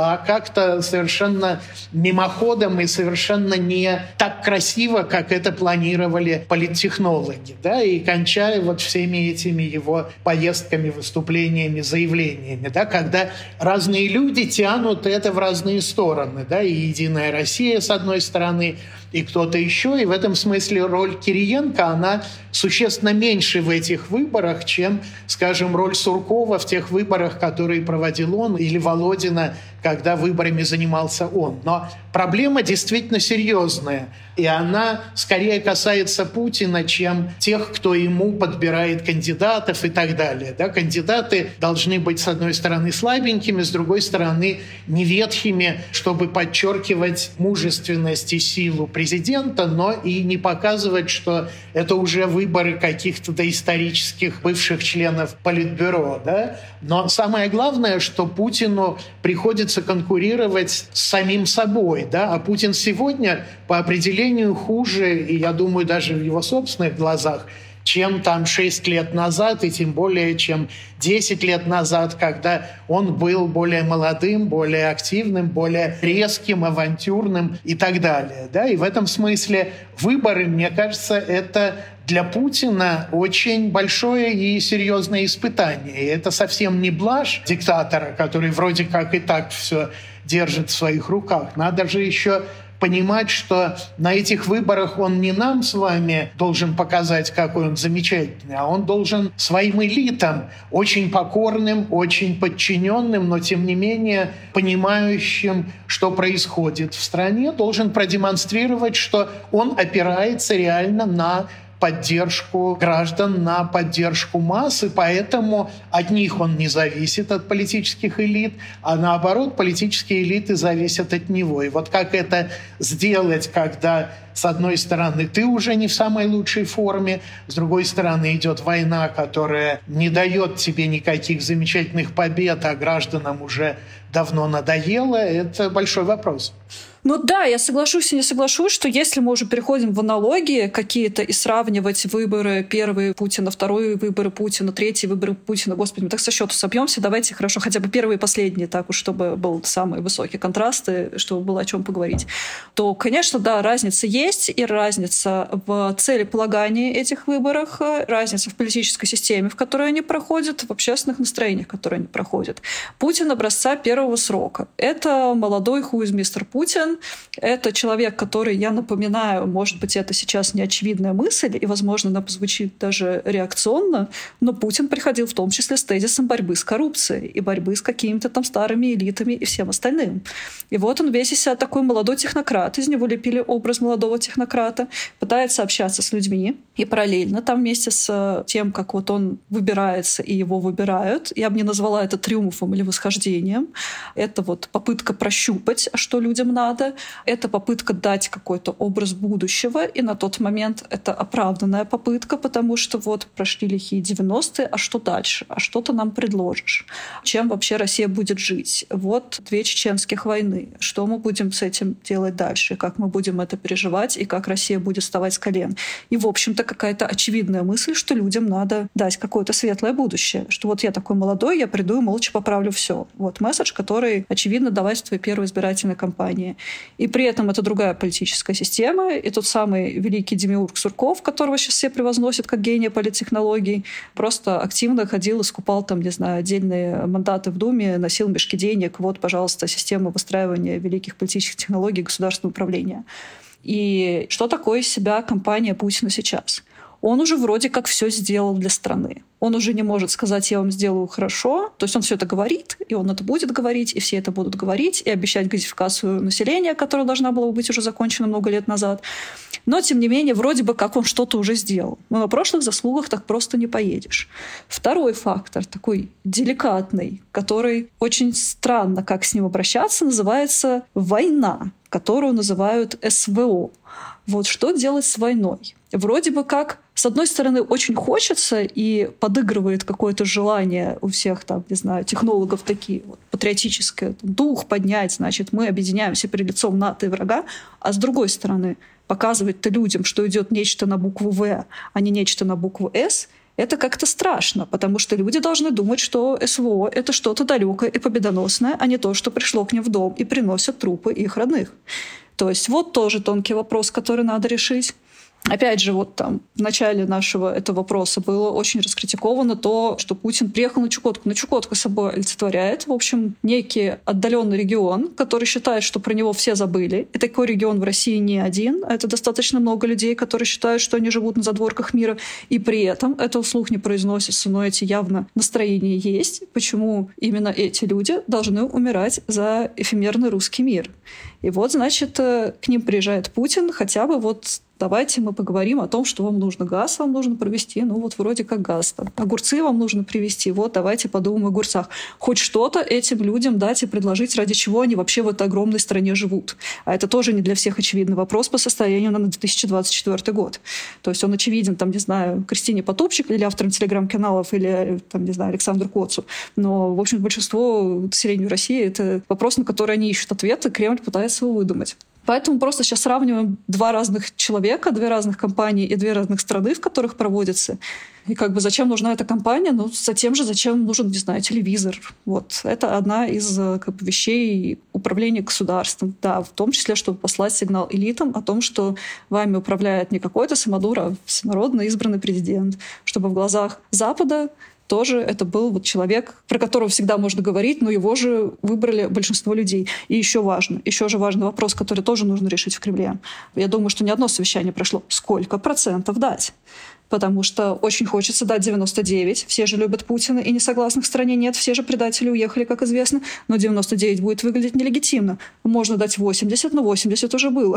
как-то совершенно мимоходом и совершенно не так красиво, как это планировали политтехнологи, да, и кончая вот всеми этими его поездками, выступлениями, заявлениями, да, когда разные люди тянут это в разные стороны, да, и «Единая Россия» с одной стороны, и кто-то еще. И в этом смысле роль Кириенко, она существенно меньше в этих выборах, чем, скажем, роль Суркова в тех выборах, которые проводил он, или Володина, когда выборами занимался он. Но проблема действительно серьезная, и она скорее касается Путина, чем тех, кто ему подбирает кандидатов и так далее. Да, кандидаты должны быть, с одной стороны, слабенькими, с другой стороны, неветхими, чтобы подчеркивать мужественность и силу президента, но и не показывать, что это уже выборы каких-то доисторических бывших членов Политбюро. Да? Но самое главное, что Путину приходится конкурировать с самим собой. Да? А Путин сегодня по определению хуже, и я думаю, даже в его собственных глазах, чем там шесть лет назад, и тем более, чем десять лет назад, когда он был более молодым, более активным, более резким, авантюрным и так далее. Да? И в этом смысле выборы, мне кажется, это для Путина очень большое и серьезное испытание. И это совсем не блажь диктатора, который вроде как и так все держит в своих руках. Надо же еще понимать, что на этих выборах он не нам с вами должен показать, какой он замечательный, а он должен своим элитам, очень покорным, очень подчиненным, но тем не менее понимающим, что происходит в стране, должен продемонстрировать, что он опирается реально на поддержку граждан, на поддержку масс, и поэтому от них он не зависит, от политических элит, а наоборот, политические элиты зависят от него. И вот как это сделать, когда, с одной стороны, ты уже не в самой лучшей форме, с другой стороны, идет война, которая не дает тебе никаких замечательных побед, а гражданам уже давно надоело, это большой вопрос. Ну да, я соглашусь и не соглашусь, что если мы уже переходим в аналогии какие-то и сравнивать выборы первые Путина, вторые выборы Путина, третьи выборы Путина, господи, мы так со счету собьемся, давайте хорошо хотя бы первые и последние, так уж, чтобы был самый высокий контраст, и чтобы было о чем поговорить, то, конечно, да, разница есть, и разница в целеполагании этих выборов, разница в политической системе, в которой они проходят, в общественных настроениях, которые они проходят. Путин образца первого срока. Это молодой хуизмистер Путин. Это человек, который, я напоминаю, может быть, это сейчас не очевидная мысль, и, возможно, она позвучит даже реакционно, но Путин приходил в том числе с тезисом борьбы с коррупцией и борьбы с какими-то там старыми элитами и всем остальным. И вот он весь из себя такой молодой технократ, из него лепили образ молодого технократа, пытается общаться с людьми, и параллельно там вместе с тем, как вот он выбирается и его выбирают, я бы не назвала это триумфом или восхождением, это вот попытка прощупать, что людям надо, это попытка дать какой-то образ будущего, и на тот момент это оправданная попытка, потому что вот прошли лихие девяностые, а что дальше? А что ты нам предложишь? Чем вообще Россия будет жить? Вот две чеченских войны. Что мы будем с этим делать дальше? Как мы будем это переживать? И как Россия будет вставать с колен? И, в общем-то, какая-то очевидная мысль, что людям надо дать какое-то светлое будущее. Что вот я такой молодой, я приду и молча поправлю все. Вот месседж, который, очевидно, давать в твоей первой избирательной кампании. И при этом это другая политическая система. И тот самый великий демиург Сурков, которого сейчас все превозносят как гения политтехнологий, просто активно ходил и скупал там, не знаю, отдельные мандаты в Думе, носил мешки денег. Вот, пожалуйста, система выстраивания великих политических технологий государственного управления. И что такое из себя кампания Путина сейчас? Он уже вроде как все сделал для страны. Он уже не может сказать «я вам сделаю хорошо». То есть он все это говорит, и он это будет говорить, и все это будут говорить, и обещать газификацию населения, которая должна была быть уже закончена много лет назад. Но, тем не менее, вроде бы как он что-то уже сделал. Но на прошлых заслугах так просто не поедешь. Второй фактор, такой деликатный, который очень странно, как с ним обращаться, называется война, которую называют эс вэ о. Вот что делать с войной? Вроде бы как, с одной стороны, очень хочется и подыгрывает какое-то желание у всех там, не знаю, технологов такие, вот, патриотическое, там, дух поднять, значит, мы объединяемся перед лицом НАТО и врага, а с другой стороны, показывать-то людям, что идет нечто на букву «В», а не нечто на букву «С», это как-то страшно, потому что люди должны думать, что СВО — это что-то далекое и победоносное, а не то, что пришло к ним в дом и приносят трупы их родных. То есть вот тоже тонкий вопрос, который надо решить. Опять же, вот там в начале нашего этого вопроса было очень раскритиковано то, что Путин приехал на Чукотку. Но Чукотка собой олицетворяет, в общем, некий отдаленный регион, который считает, что про него все забыли. И такой регион в России не один. Это достаточно много людей, которые считают, что они живут на задворках мира. И при этом это вслух не произносится, но эти явно настроения есть. Почему именно эти люди должны умирать за эфемерный русский мир? И вот, значит, к ним приезжает Путин, хотя бы вот давайте мы поговорим о том, что вам нужно. Газ вам нужно провести, ну вот вроде как газ. Там. Огурцы вам нужно привезти, вот давайте подумаем о огурцах. Хоть что-то этим людям дать и предложить, ради чего они вообще в этой огромной стране живут. А это тоже не для всех очевидный вопрос по состоянию на две тысячи двадцать четвёртый год. То есть он очевиден, там, не знаю, Кристине Потупчик или авторам телеграм-каналов, или, там, не знаю, Александру Коцу. Но, в общем, большинство населения России — это вопрос, на который они ищут ответы, Кремль пытается его выдумать. Поэтому просто сейчас сравниваем два разных человека, две разных компании и две разных страны, в которых проводится. И как бы зачем нужна эта компания? Ну, затем же, зачем нужен, не знаю, телевизор. Вот. Это одна из как бы, вещей управления государством. Да, в том числе, чтобы послать сигнал элитам о том, что вами управляет не какой-то самодур, а всенародно избранный президент. Чтобы в глазах Запада тоже это был вот человек, про которого всегда можно говорить, но его же выбрали большинство людей. И еще важно, еще же важный вопрос, который тоже нужно решить в Кремле. Я думаю, что ни одно совещание прошло. Сколько процентов дать? Потому что очень хочется дать девяносто девять. Все же любят Путина, и несогласных в стране нет. Все же предатели уехали, как известно. Но девяносто девять будет выглядеть нелегитимно. Можно дать восемьдесят, но восемьдесят уже было.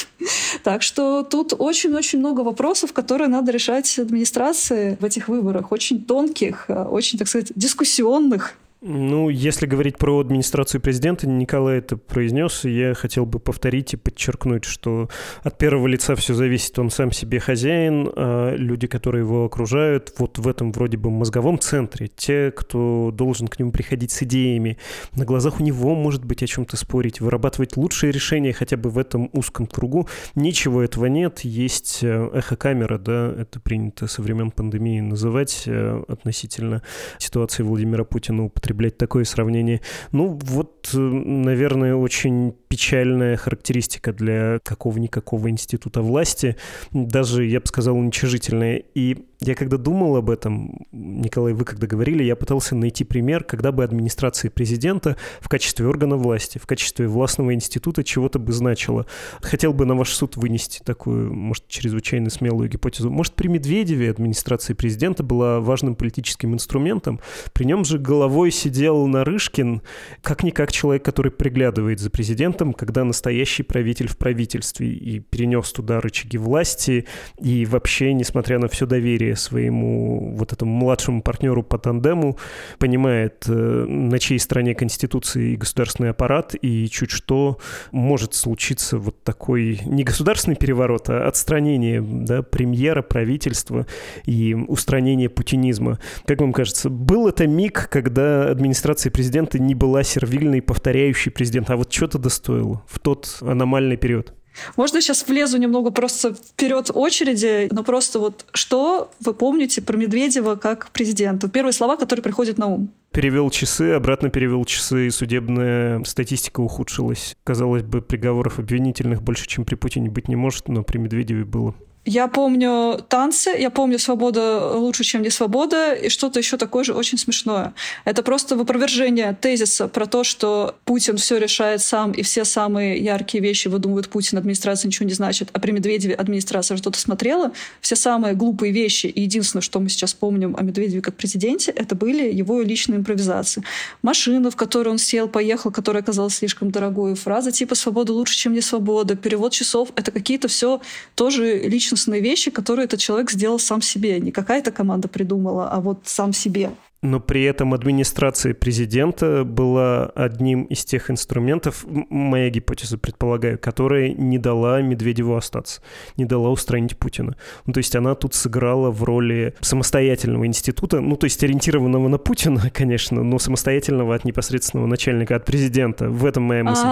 Так что тут очень-очень много вопросов, которые надо решать администрации в этих выборах. Очень тонких, очень, так сказать, дискуссионных. Ну, если говорить про администрацию президента, Николай это произнес, и я хотел бы повторить и подчеркнуть, что от первого лица все зависит, он сам себе хозяин, а люди, которые его окружают, вот в этом вроде бы мозговом центре, те, кто должен к нему приходить с идеями, на глазах у него, может быть, о чем-то спорить, вырабатывать лучшие решения хотя бы в этом узком кругу, ничего этого нет, есть эхокамера, да, это принято со времен пандемии называть относительно ситуации Владимира Путина, употреблять такое сравнение. Ну, вот, наверное, очень печальная характеристика для какого-никакого института власти, даже, я бы сказал, уничижительная. И я когда думал об этом, Николай, вы когда говорили, я пытался найти пример, когда бы администрация президента в качестве органа власти, в качестве властного института чего-то бы значила. Хотел бы на ваш суд вынести такую, может, чрезвычайно смелую гипотезу. Может, при Медведеве администрация президента была важным политическим инструментом, при нем же головой сидел Нарышкин, как-никак человек, который приглядывает за президентом, когда настоящий правитель в правительстве и перенес туда рычаги власти, и вообще, несмотря на все доверие своему вот этому младшему партнеру по тандему, понимает, на чьей стороне Конституция и государственный аппарат, и чуть что может случиться вот такой не государственный переворот, а отстранение, да, премьера, правительства и устранение путинизма. Как вам кажется, был это миг, когда администрация президента не была сервильной, повторяющей президента, а вот что-то достоило в тот аномальный период? Можно сейчас влезу немного просто вперед очереди, но просто вот что вы помните про Медведева как президента? Первые слова, которые приходят на ум. Перевел часы, обратно перевел часы, судебная статистика ухудшилась. Казалось бы, приговоров обвинительных больше, чем при Путине, быть не может, но при Медведеве было. Я помню танцы, я помню «Свобода лучше, чем не свобода», и что-то еще такое же очень смешное. Это просто в опровержение тезиса про то, что Путин все решает сам, и все самые яркие вещи выдумывает Путин, администрация ничего не значит, а при Медведеве администрация что-то смотрела. Все самые глупые вещи, и единственное, что мы сейчас помним о Медведеве как президенте, это были его личные импровизации. Машина, в которую он сел, поехал, которая оказалась слишком дорогой, фраза типа «Свобода лучше, чем не свобода», перевод часов — это какие-то все тоже личные вещи, которые этот человек сделал сам себе. Не какая-то команда придумала, а вот сам себе. Но при этом администрация президента была одним из тех инструментов, моя гипотеза, предполагаю, которая не дала Медведеву остаться, не дала устранить Путина. Ну, то есть она тут сыграла в роли самостоятельного института, ну, то есть ориентированного на Путина, конечно, но самостоятельного от непосредственного начальника, от президента. В этом моя мысль. А,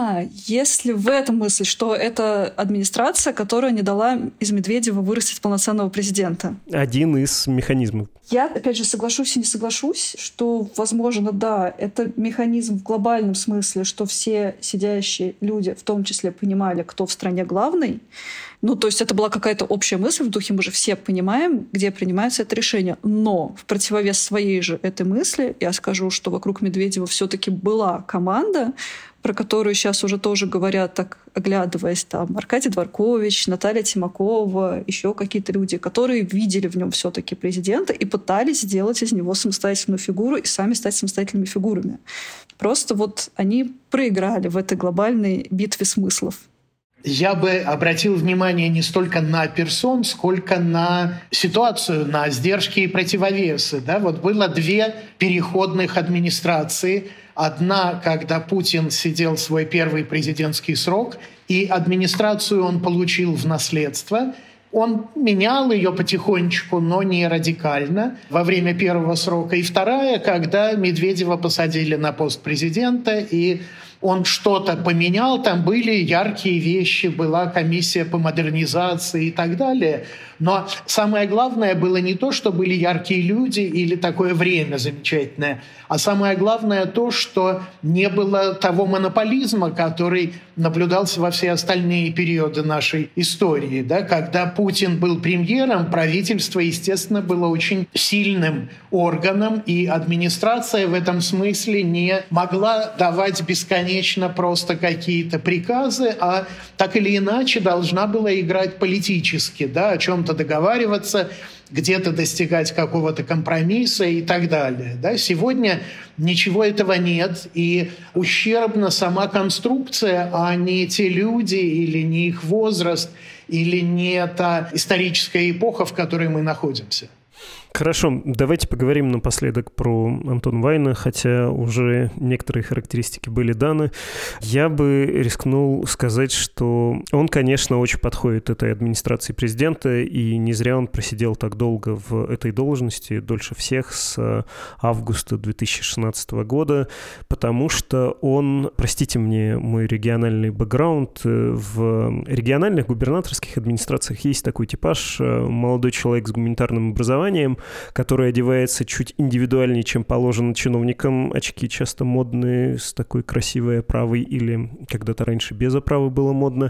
А, если в этом мысль, что это администрация, которая не дала из Медведева вырастить полноценного президента. Один из механизмов. Я, опять же, соглашусь и не соглашусь, что, возможно, да, это механизм в глобальном смысле, что все сидящие люди в том числе понимали, кто в стране главный. Ну, то есть это была какая-то общая мысль в духе, мы же все понимаем, где принимается это решение. Но в противовес своей же этой мысли я скажу, что вокруг Медведева все-таки была команда, про которую сейчас уже тоже говорят, так оглядываясь, там Аркадий Дворкович, Наталья Тимакова, еще какие-то люди, которые видели в нем все-таки президента и пытались сделать из него самостоятельную фигуру и сами стать самостоятельными фигурами. Просто вот они проиграли в этой глобальной битве смыслов. Я бы обратил внимание не столько на персон, сколько на ситуацию, на сдержки и противовесы. Да? Вот было две переходных администрации. Одна, когда Путин сидел свой первый президентский срок, и администрацию он получил в наследство. Он менял ее потихонечку, но не радикально во время первого срока. И вторая, когда Медведева посадили на пост президента, и он что-то поменял, там были яркие вещи, была комиссия по модернизации и так далее. Но самое главное было не то, что были яркие люди или такое время замечательное, а самое главное то, что не было того монополизма, который наблюдался во все остальные периоды нашей истории. Да? Когда Путин был премьером, правительство, естественно, было очень сильным органом, и администрация в этом смысле не могла давать бесконечно просто какие-то приказы, а так или иначе должна была играть политически, да, о чем-то договариваться, где-то достигать какого-то компромисса и так далее. Да? Сегодня ничего этого нет, и ущербна сама конструкция, а не те люди или не их возраст, или не та историческая эпоха, в которой мы находимся. Хорошо, давайте поговорим напоследок про Антона Вайна, хотя уже некоторые характеристики были даны. Я бы рискнул сказать, что он, конечно, очень подходит этой администрации президента, и не зря он просидел так долго в этой должности, дольше всех, с августа две тысячи шестнадцатого года, потому что он, простите мне мой региональный бэкграунд, в региональных губернаторских администрациях есть такой типаж: молодой человек с гуманитарным образованием, который одевается чуть индивидуальнее, чем положено чиновникам. Очки часто модные, с такой красивой оправой, или когда-то раньше без оправы было модно.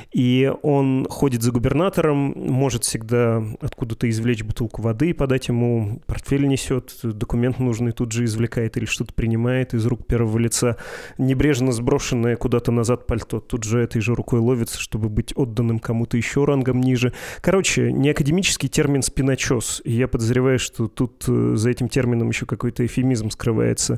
И он ходит за губернатором, может всегда откуда-то извлечь бутылку воды и подать ему, портфель несет, документ нужный тут же извлекает или что-то принимает из рук первого лица. Небрежно сброшенное куда-то назад пальто тут же этой же рукой ловится, чтобы быть отданным кому-то еще рангом ниже. Короче, не академический термин «спиночес». И я подозреваю, что тут за этим термином еще какой-то эвфемизм скрывается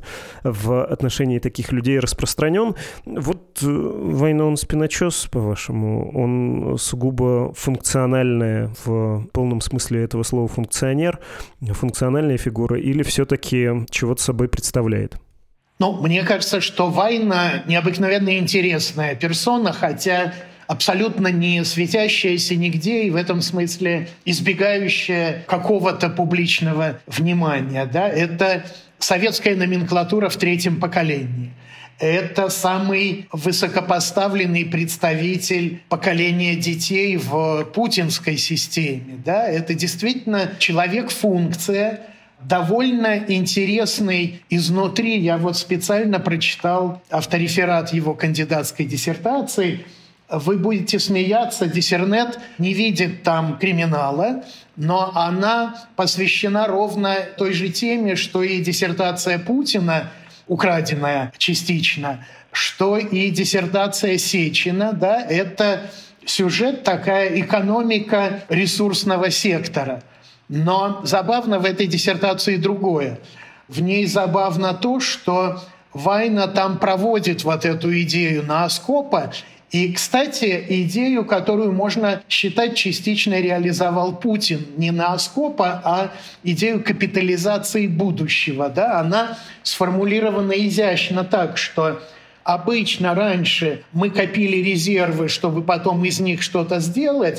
в отношении таких людей распространен. Вот Вайна, он спиночес, по-вашему? Он сугубо функциональная, в полном смысле этого слова, функционер, функциональная фигура, или все-таки чего-то собой представляет? Ну, мне кажется, что Вайна необыкновенно интересная персона, хотя абсолютно не светящаяся нигде и в этом смысле избегающая какого-то публичного внимания. Да? Это советская номенклатура в третьем поколении. Это самый высокопоставленный представитель поколения детей в путинской системе. Да? Это действительно человек-функция, довольно интересный изнутри. Я вот специально прочитал автореферат его кандидатской диссертации. Вы будете смеяться, Диссернет не видит там криминала, но она посвящена ровно той же теме, что и диссертация Путина, украденная частично, что и диссертация Сечина. Да, это сюжет, такая экономика ресурсного сектора. Но забавно в этой диссертации другое. В ней забавно то, что Вайна там проводит вот эту идею нооскопа. И, кстати, идею, которую можно считать частично реализовал Путин, не нооскопа, а идею капитализации будущего. Да? Она сформулирована изящно так, что обычно раньше мы копили резервы, чтобы потом из них что-то сделать,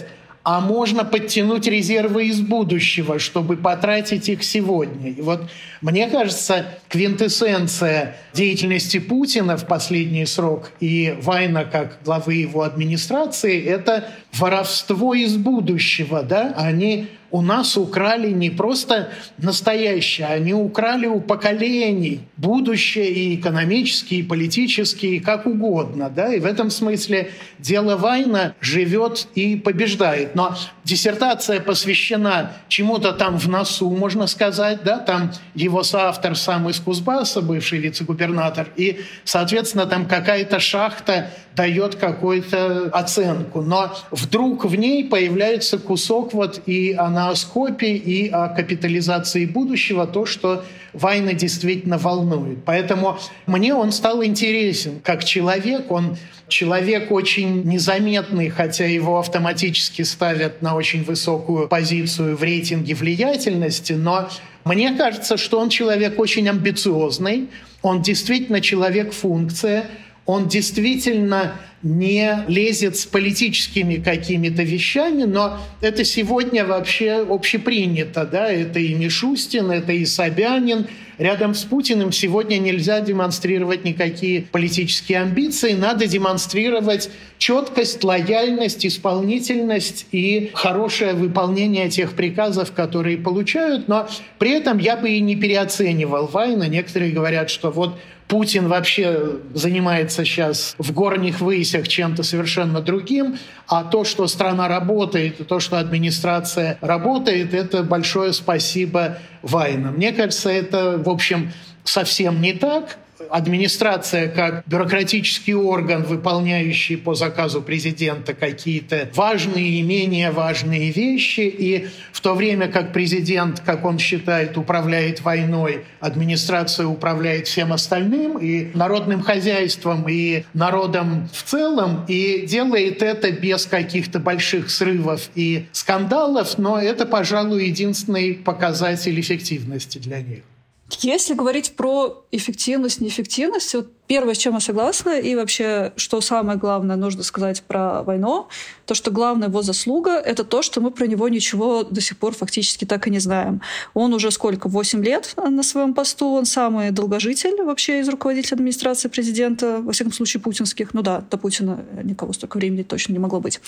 а можно подтянуть резервы из будущего, чтобы потратить их сегодня. И вот мне кажется, квинтэссенция деятельности Путина в последний срок и Вайна как главы его администрации – это воровство из будущего. Да? Они у нас украли не просто настоящее, они украли у поколений будущее и экономические, и политические, и как угодно. Да? И в этом смысле дело Вайна живет и побеждает. Но диссертация посвящена чему-то там в носу, можно сказать. Да? Там его соавтор сам из Кузбасса, бывший вице-губернатор, и, соответственно, там какая-то шахта дает какую-то оценку. Но вдруг в ней появляется кусок вот и о нооскопе, и о капитализации будущего, то, что Вайна действительно волнует. Поэтому мне он стал интересен как человек. Он человек очень незаметный, хотя его автоматически ставят на очень высокую позицию в рейтинге влиятельности, но мне кажется, что он человек очень амбициозный, он действительно человек-функция, он действительно не лезет с политическими какими-то вещами, но это сегодня вообще общепринято. Да? Это и Мишустин, это и Собянин. Рядом с Путиным сегодня нельзя демонстрировать никакие политические амбиции, надо демонстрировать четкость, лояльность, исполнительность и хорошее выполнение тех приказов, которые получают. Но при этом я бы и не переоценивал Вайна. Некоторые говорят, что вот Путин вообще занимается сейчас в горних высях чем-то совершенно другим, а то, что страна работает, и то, что администрация работает, это большое спасибо Вайну. Мне кажется, это, в общем, совсем не так. Администрация как бюрократический орган, выполняющий по заказу президента какие-то важные и менее важные вещи, и в то время как президент, как он считает, управляет войной, администрация управляет всем остальным, и народным хозяйством, и народом в целом, и делает это без каких-то больших срывов и скандалов, но это, пожалуй, единственный показатель эффективности для них. Если говорить про эффективность, неэффективность, вот первое, с чем я согласна, и вообще, что самое главное нужно сказать про Вайно, то, что главная его заслуга — это то, что мы про него ничего до сих пор фактически так и не знаем. Он уже сколько? восемь лет на своем посту, он самый долгожитель вообще из руководителей администрации президента, во всяком случае, путинских. Ну да, до Путина никого столько времени точно не могло быть.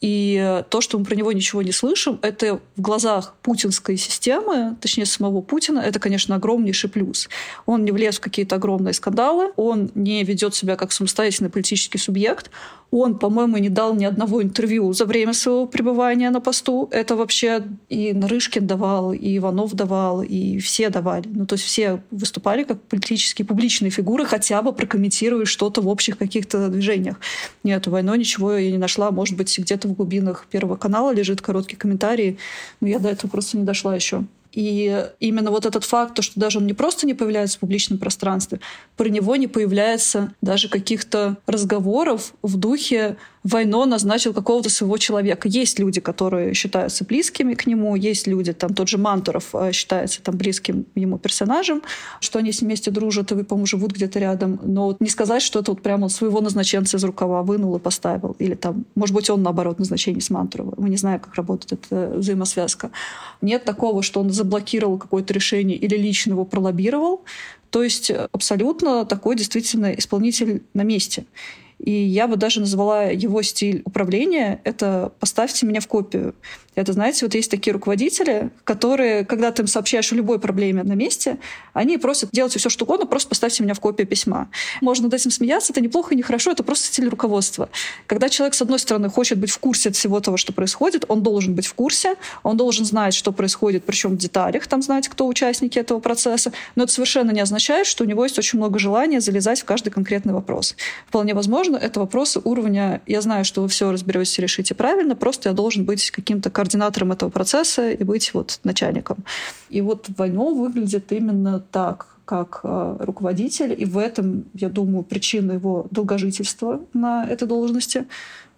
И то, что мы про него ничего не слышим, это в глазах путинской системы, точнее, самого Путина, это, конечно, огромнейший плюс. Он не влез в какие-то огромные скандалы, он не ведет себя как самостоятельный политический субъект. Он, по-моему, не дал ни одного интервью за время своего пребывания на посту. Это вообще и Нарышкин давал, и Иванов давал, и все давали. Ну, то есть все выступали как политические публичные фигуры, хотя бы прокомментируя что-то в общих каких-то движениях. Нет, у Вайно ничего я не нашла. Может быть, где-то в глубинах Первого канала лежит короткий комментарий, но я до этого просто не дошла еще. И именно вот этот факт, то, что даже он не просто не появляется в публичном пространстве, про него не появляется даже каких-то разговоров в духе «Вайно назначил какого-то своего человека». Есть люди, которые считаются близкими к нему, есть люди, там тот же Мантуров считается там близким ему персонажем, что они с ним вместе дружат и, по-моему, живут где-то рядом. Но вот не сказать, что это вот прямо своего назначенца из рукава вынул и поставил. Или там, может быть, он, наоборот, назначение с Мантурова. Мы не знаем, как работает эта взаимосвязка. Нет такого, что он заблокировал какое-то решение или лично его пролоббировал. То есть абсолютно такой действительно исполнитель на месте. И я бы даже назвала его стиль управления — это «поставьте меня в копию». Это, знаете, вот есть такие руководители, которые, когда ты им сообщаешь о любой проблеме на месте, они просят делать все, что угодно, просто поставьте меня в копию письма. Можно над этим смеяться, это неплохо и не хорошо, это просто стиль руководства. Когда человек, с одной стороны, хочет быть в курсе от всего того, что происходит, он должен быть в курсе, он должен знать, что происходит, причем в деталях, там знать, кто участники этого процесса, но это совершенно не означает, что у него есть очень много желания залезать в каждый конкретный вопрос. Вполне возможно, это вопросы уровня «я знаю, что вы все разберетесь и решите правильно, просто я должен быть каким-то координатором этого процесса и быть вот начальником». И вот Вайно выглядит именно так, как э, руководитель, и в этом, я думаю, причина его долгожительства на этой должности.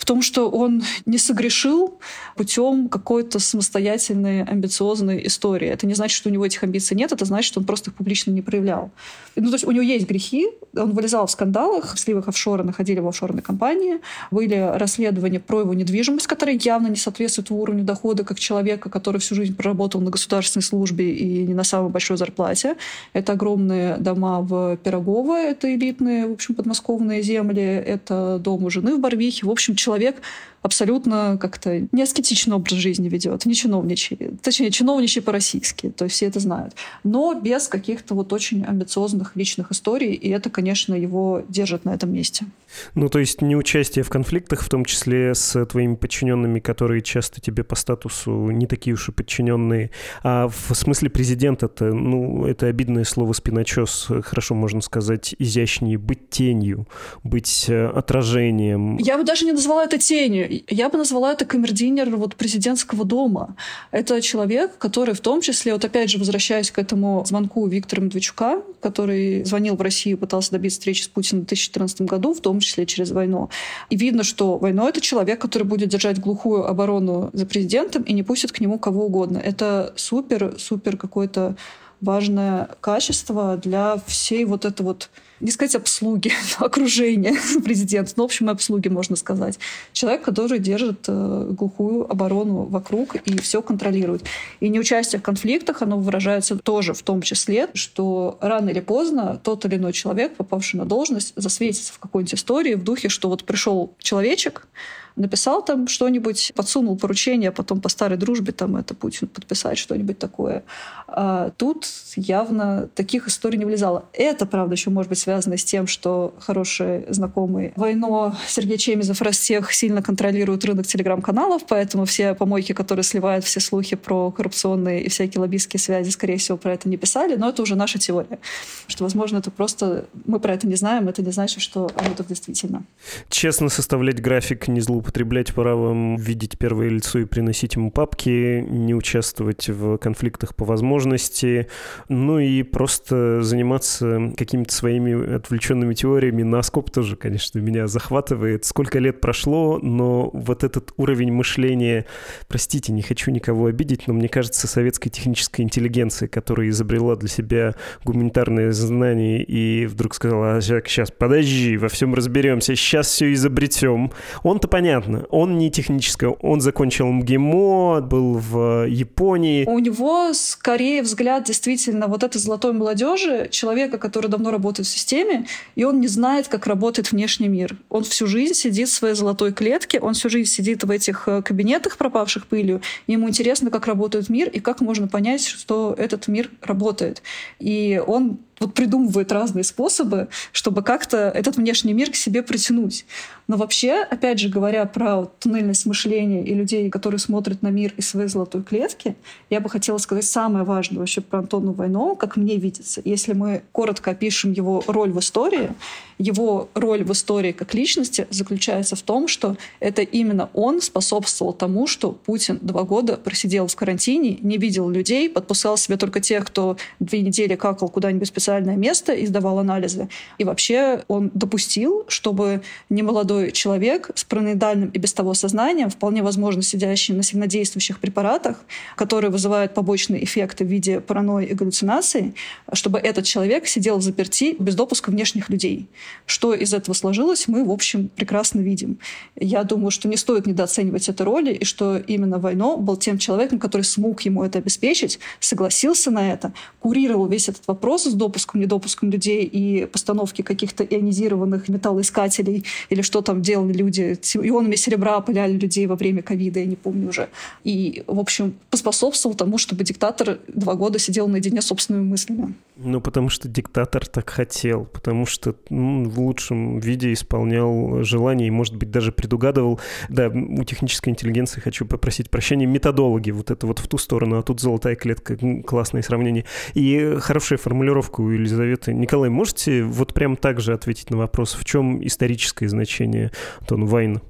в том, что он не согрешил путем какой-то самостоятельной, амбициозной истории. Это не значит, что у него этих амбиций нет, это значит, что он просто их публично не проявлял. Ну, то есть у него есть грехи, он вылезал в скандалах, сливых офшоры находили в офшорной компании, были расследования про его недвижимость, которая явно не соответствует уровню дохода как человека, который всю жизнь проработал на государственной службе и не на самой большой зарплате. Это огромные дома в Пирогово, это элитные, в общем, подмосковные земли, это дом у жены в Барвихе. В общем, человек абсолютно как-то не аскетичный образ жизни ведет, не чиновничий, точнее, чиновничий по-российски, то есть все это знают, но без каких-то вот очень амбициозных личных историй, и это, конечно, его держит на этом месте. Ну, то есть не участие в конфликтах, в том числе с твоими подчиненными, которые часто тебе по статусу не такие уж и подчиненные, а в смысле президента-то, ну, это обидное слово «спиночес», хорошо можно сказать, изящнее, быть тенью, быть отражением. Я бы даже не назвала это тенью. Я бы назвала это камердинер вот президентского дома. Это человек, который в том числе, вот опять же, возвращаясь к этому звонку Виктора Медведчука, который звонил в Россию, пытался добиться встречи с Путиным в две тысячи четырнадцатом году, в том числе через войну. И видно, что войной это человек, который будет держать глухую оборону за президентом и не пустит к нему кого угодно. Это супер-супер какое-то важное качество для всей вот этой вот, не сказать обслуги, окружения президента, но, в общем, обслуги, можно сказать. Человек, который держит э, глухую оборону вокруг и все контролирует. И неучастие в конфликтах, оно выражается тоже в том числе, что рано или поздно тот или иной человек, попавший на должность, засветится в какой-нибудь истории в духе, что вот пришел человечек, написал там что-нибудь, подсунул поручение, а потом по старой дружбе там это Путин подписать что-нибудь такое. А тут явно таких историй не влезало. Это, правда, еще может быть связано с тем, что хороший знакомый Войно Сергей Чемизов Ростех сильно контролирует рынок телеграм-каналов, поэтому все помойки, которые сливают все слухи про коррупционные и всякие лоббистские связи, скорее всего, про это не писали, но это уже наша теория. Что, возможно, это просто мы про это не знаем, это не значит, что оно так действительно. Честно составлять график, не злоупотреблять употреблять правом видеть первое лицо и приносить ему папки, не участвовать в конфликтах по возможности, ну и просто заниматься какими-то своими отвлеченными теориями. Наскоп тоже, конечно, меня захватывает. Сколько лет прошло, но вот этот уровень мышления, простите, не хочу никого обидеть, но мне кажется, советской технической интеллигенции, которая изобрела для себя гуманитарное знание и вдруг сказала: сейчас, подожди, во всем разберемся, сейчас все изобретем. Он-то понятно. Он не технический, он закончил МГИМО, был в Японии. У него скорее взгляд действительно вот этой золотой молодежи, человека, который давно работает в системе, и он не знает, как работает внешний мир. Он всю жизнь сидит в своей золотой клетке, он всю жизнь сидит в этих кабинетах, пропавших пылью, и ему интересно, как работает мир, и как можно понять, что этот мир работает. И он вот придумывает разные способы, чтобы как-то этот внешний мир к себе притянуть. Но вообще, опять же, говоря про вот туннельность мышления и людей, которые смотрят на мир из своей золотой клетки, я бы хотела сказать самое важное вообще про Антона Войно, как мне видится. Если мы коротко опишем его роль в истории, его роль в истории как личности заключается в том, что это именно он способствовал тому, что Путин два года просидел в карантине, не видел людей, подпускал себе только тех, кто две недели какал куда-нибудь специальное место и сдавал анализы. И вообще он допустил, чтобы немолодой человек с параноидальным и без того сознанием, вполне возможно сидящий на сильнодействующих препаратах, которые вызывают побочные эффекты в виде паранойи и галлюцинаций, чтобы этот человек сидел взаперти без допуска внешних людей. Что из этого сложилось, мы, в общем, прекрасно видим. Я думаю, что не стоит недооценивать эту роль, и что именно Войно был тем человеком, который смог ему это обеспечить, согласился на это, курировал весь этот вопрос с допуском, недопуском людей и постановки каких-то ионизированных металлоискателей или что там делали люди, ионами серебра опыляли людей во время ковида, я не помню уже. И, в общем, поспособствовал тому, чтобы диктатор два года сидел наедине с собственными мыслями. Ну, потому что диктатор так хотел, потому что ну, в лучшем виде исполнял желания и, может быть, даже предугадывал. Да, у технической интеллигенции хочу попросить прощения. Методологи, вот это вот в ту сторону, а тут золотая клетка. Классное сравнение. И хорошая формулировка у Елизаветы. Николай, можете вот прям так же ответить на вопрос, в чем историческое значение Антона Вайна?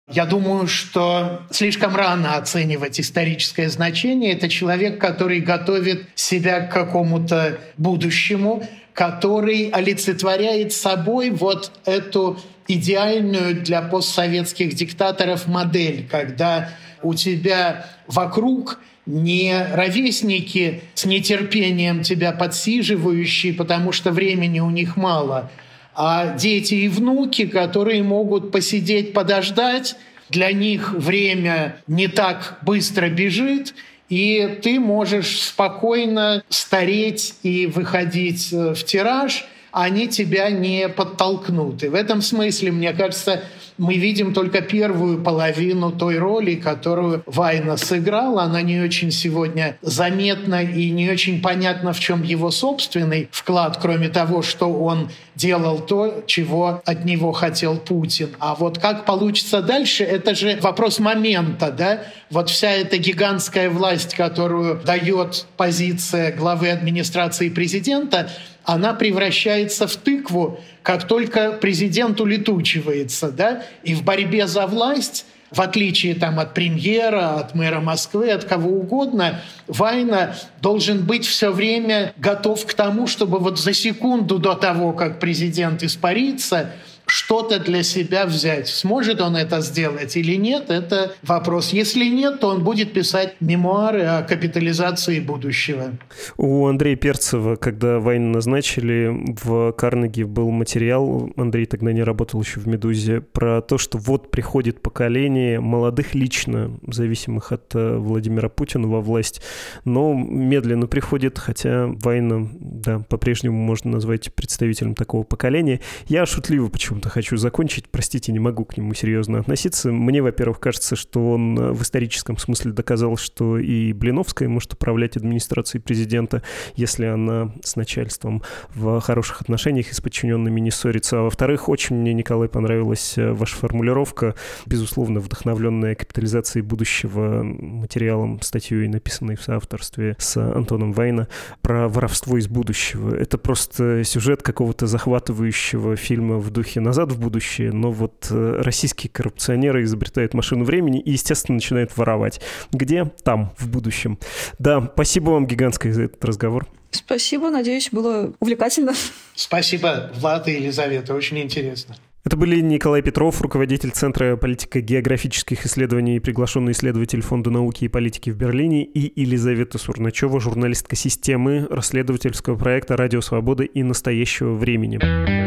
Я думаю, что слишком рано оценивать историческое значение. Это человек, который готовит себя к какому-то будущему, который олицетворяет собой вот эту идеальную для постсоветских диктаторов модель, когда у тебя вокруг не ровесники с нетерпением тебя подсиживающие, потому что времени у них мало, а дети и внуки, которые могут посидеть, подождать. Для них время не так быстро бежит, и ты можешь спокойно стареть и выходить в тираж, они тебя не подтолкнут. И в этом смысле, мне кажется, мы видим только первую половину той роли, которую Вайна сыграл. Она не очень сегодня заметна и не очень понятно, в чем его собственный вклад, кроме того, что он делал то, чего от него хотел Путин. А вот как получится дальше, это же вопрос момента, да? Вот вся эта гигантская власть, которую дает позиция главы администрации президента, она превращается в тыкву, как только президент улетучивается, да? И в борьбе за власть, в отличие там, от премьера, от мэра Москвы, от кого угодно, Вайна должен быть все время готов к тому, чтобы вот за секунду до того, как президент испарится, что-то для себя взять. Сможет он это сделать или нет, это вопрос. Если нет, то он будет писать мемуары о капитализации будущего. У Андрея Перцева, когда Вайну назначили, в Карнеги был материал, Андрей тогда не работал еще в «Медузе», про то, что вот приходит поколение молодых лично, зависимых от Владимира Путина во власть, но медленно приходит, хотя Вайна, да, по-прежнему можно назвать представителем такого поколения. Я шутливо почему то хочу закончить. Простите, не могу к нему серьезно относиться. Мне, во-первых, кажется, что он в историческом смысле доказал, что и Блиновская может управлять администрацией президента, если она с начальством в хороших отношениях и с подчиненными не ссорится. А во-вторых, очень мне, Николай, понравилась ваша формулировка, безусловно, вдохновленная капитализацией будущего материалом, статьей, написанной в соавторстве с Антоном Вайна, про воровство из будущего. Это просто сюжет какого-то захватывающего фильма в духе «Назад в будущее», но вот российские коррупционеры изобретают машину времени и, естественно, начинают воровать. Где? Там, в будущем. Да, спасибо вам гигантское за этот разговор. Спасибо, надеюсь, было увлекательно. Спасибо, Влад и Елизавета, очень интересно. Это были Николай Петров, руководитель Центра политико-географических исследований и приглашенный исследователь Фонда науки и политики в Берлине, и Елизавета Сурначева, журналистка «Системы», расследовательского проекта «Радио Свобода» и «Настоящего времени».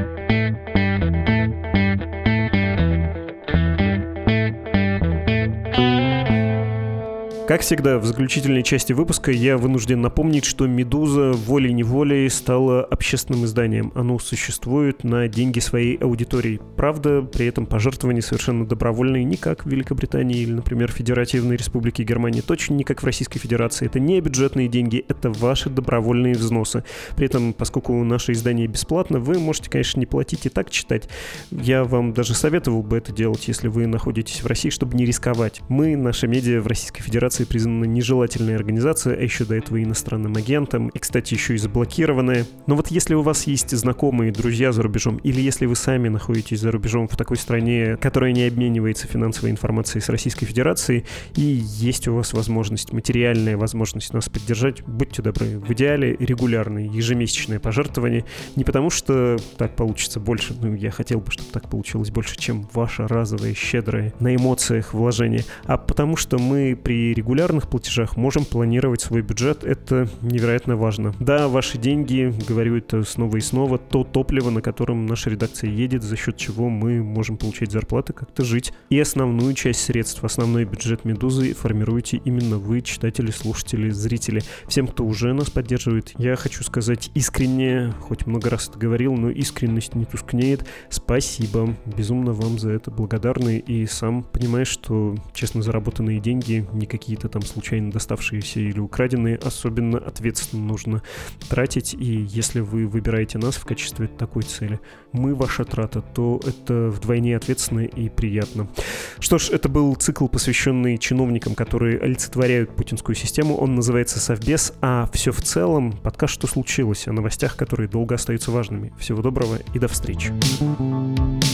Как всегда, в заключительной части выпуска я вынужден напомнить, что «Медуза» волей-неволей стала общественным изданием. Оно существует на деньги своей аудитории. Правда, при этом пожертвования совершенно добровольные, не как в Великобритании или, например, Федеративной Республике Германии, точно не как в Российской Федерации. Это не бюджетные деньги, это ваши добровольные взносы. При этом, поскольку наше издание бесплатно, вы можете, конечно, не платить и так читать. Я вам даже советовал бы это делать, если вы находитесь в России, чтобы не рисковать. Мы, наша медиа в Российской Федерации, признана нежелательной организацией, а еще до этого иностранным агентом, и, кстати, еще и заблокированная. Но вот если у вас есть знакомые, друзья за рубежом, или если вы сами находитесь за рубежом в такой стране, которая не обменивается финансовой информацией с Российской Федерацией, и есть у вас возможность, материальная возможность нас поддержать, будьте добры, в идеале регулярные, ежемесячные пожертвования, не потому что так получится больше, ну, я хотел бы, чтобы так получилось больше, чем ваше разовое, щедрое, на эмоциях вложение, а потому что мы при регулярных регулярных платежах можем планировать свой бюджет. Это невероятно важно. Да, ваши деньги, говорю это снова и снова, то топливо, на котором наша редакция едет, за счет чего мы можем получать зарплаты, как-то жить. И основную часть средств, основной бюджет «Медузы» формируете именно вы, читатели, слушатели, зрители. Всем, кто уже нас поддерживает, я хочу сказать искренне, хоть много раз это говорил, но искренность не тускнеет. Спасибо. Безумно вам за это благодарны. И сам понимаешь, что честно заработанные деньги, не какие-то там случайно доставшиеся или украденные, особенно ответственно нужно тратить. И если вы выбираете нас в качестве такой цели, мы ваша трата, то это вдвойне ответственно и приятно. Что ж, это был цикл, посвященный чиновникам, которые олицетворяют путинскую систему. Он называется «Совбез», а все в целом подкаст «Что случилось?» о новостях, которые долго остаются важными. Всего доброго и до встречи.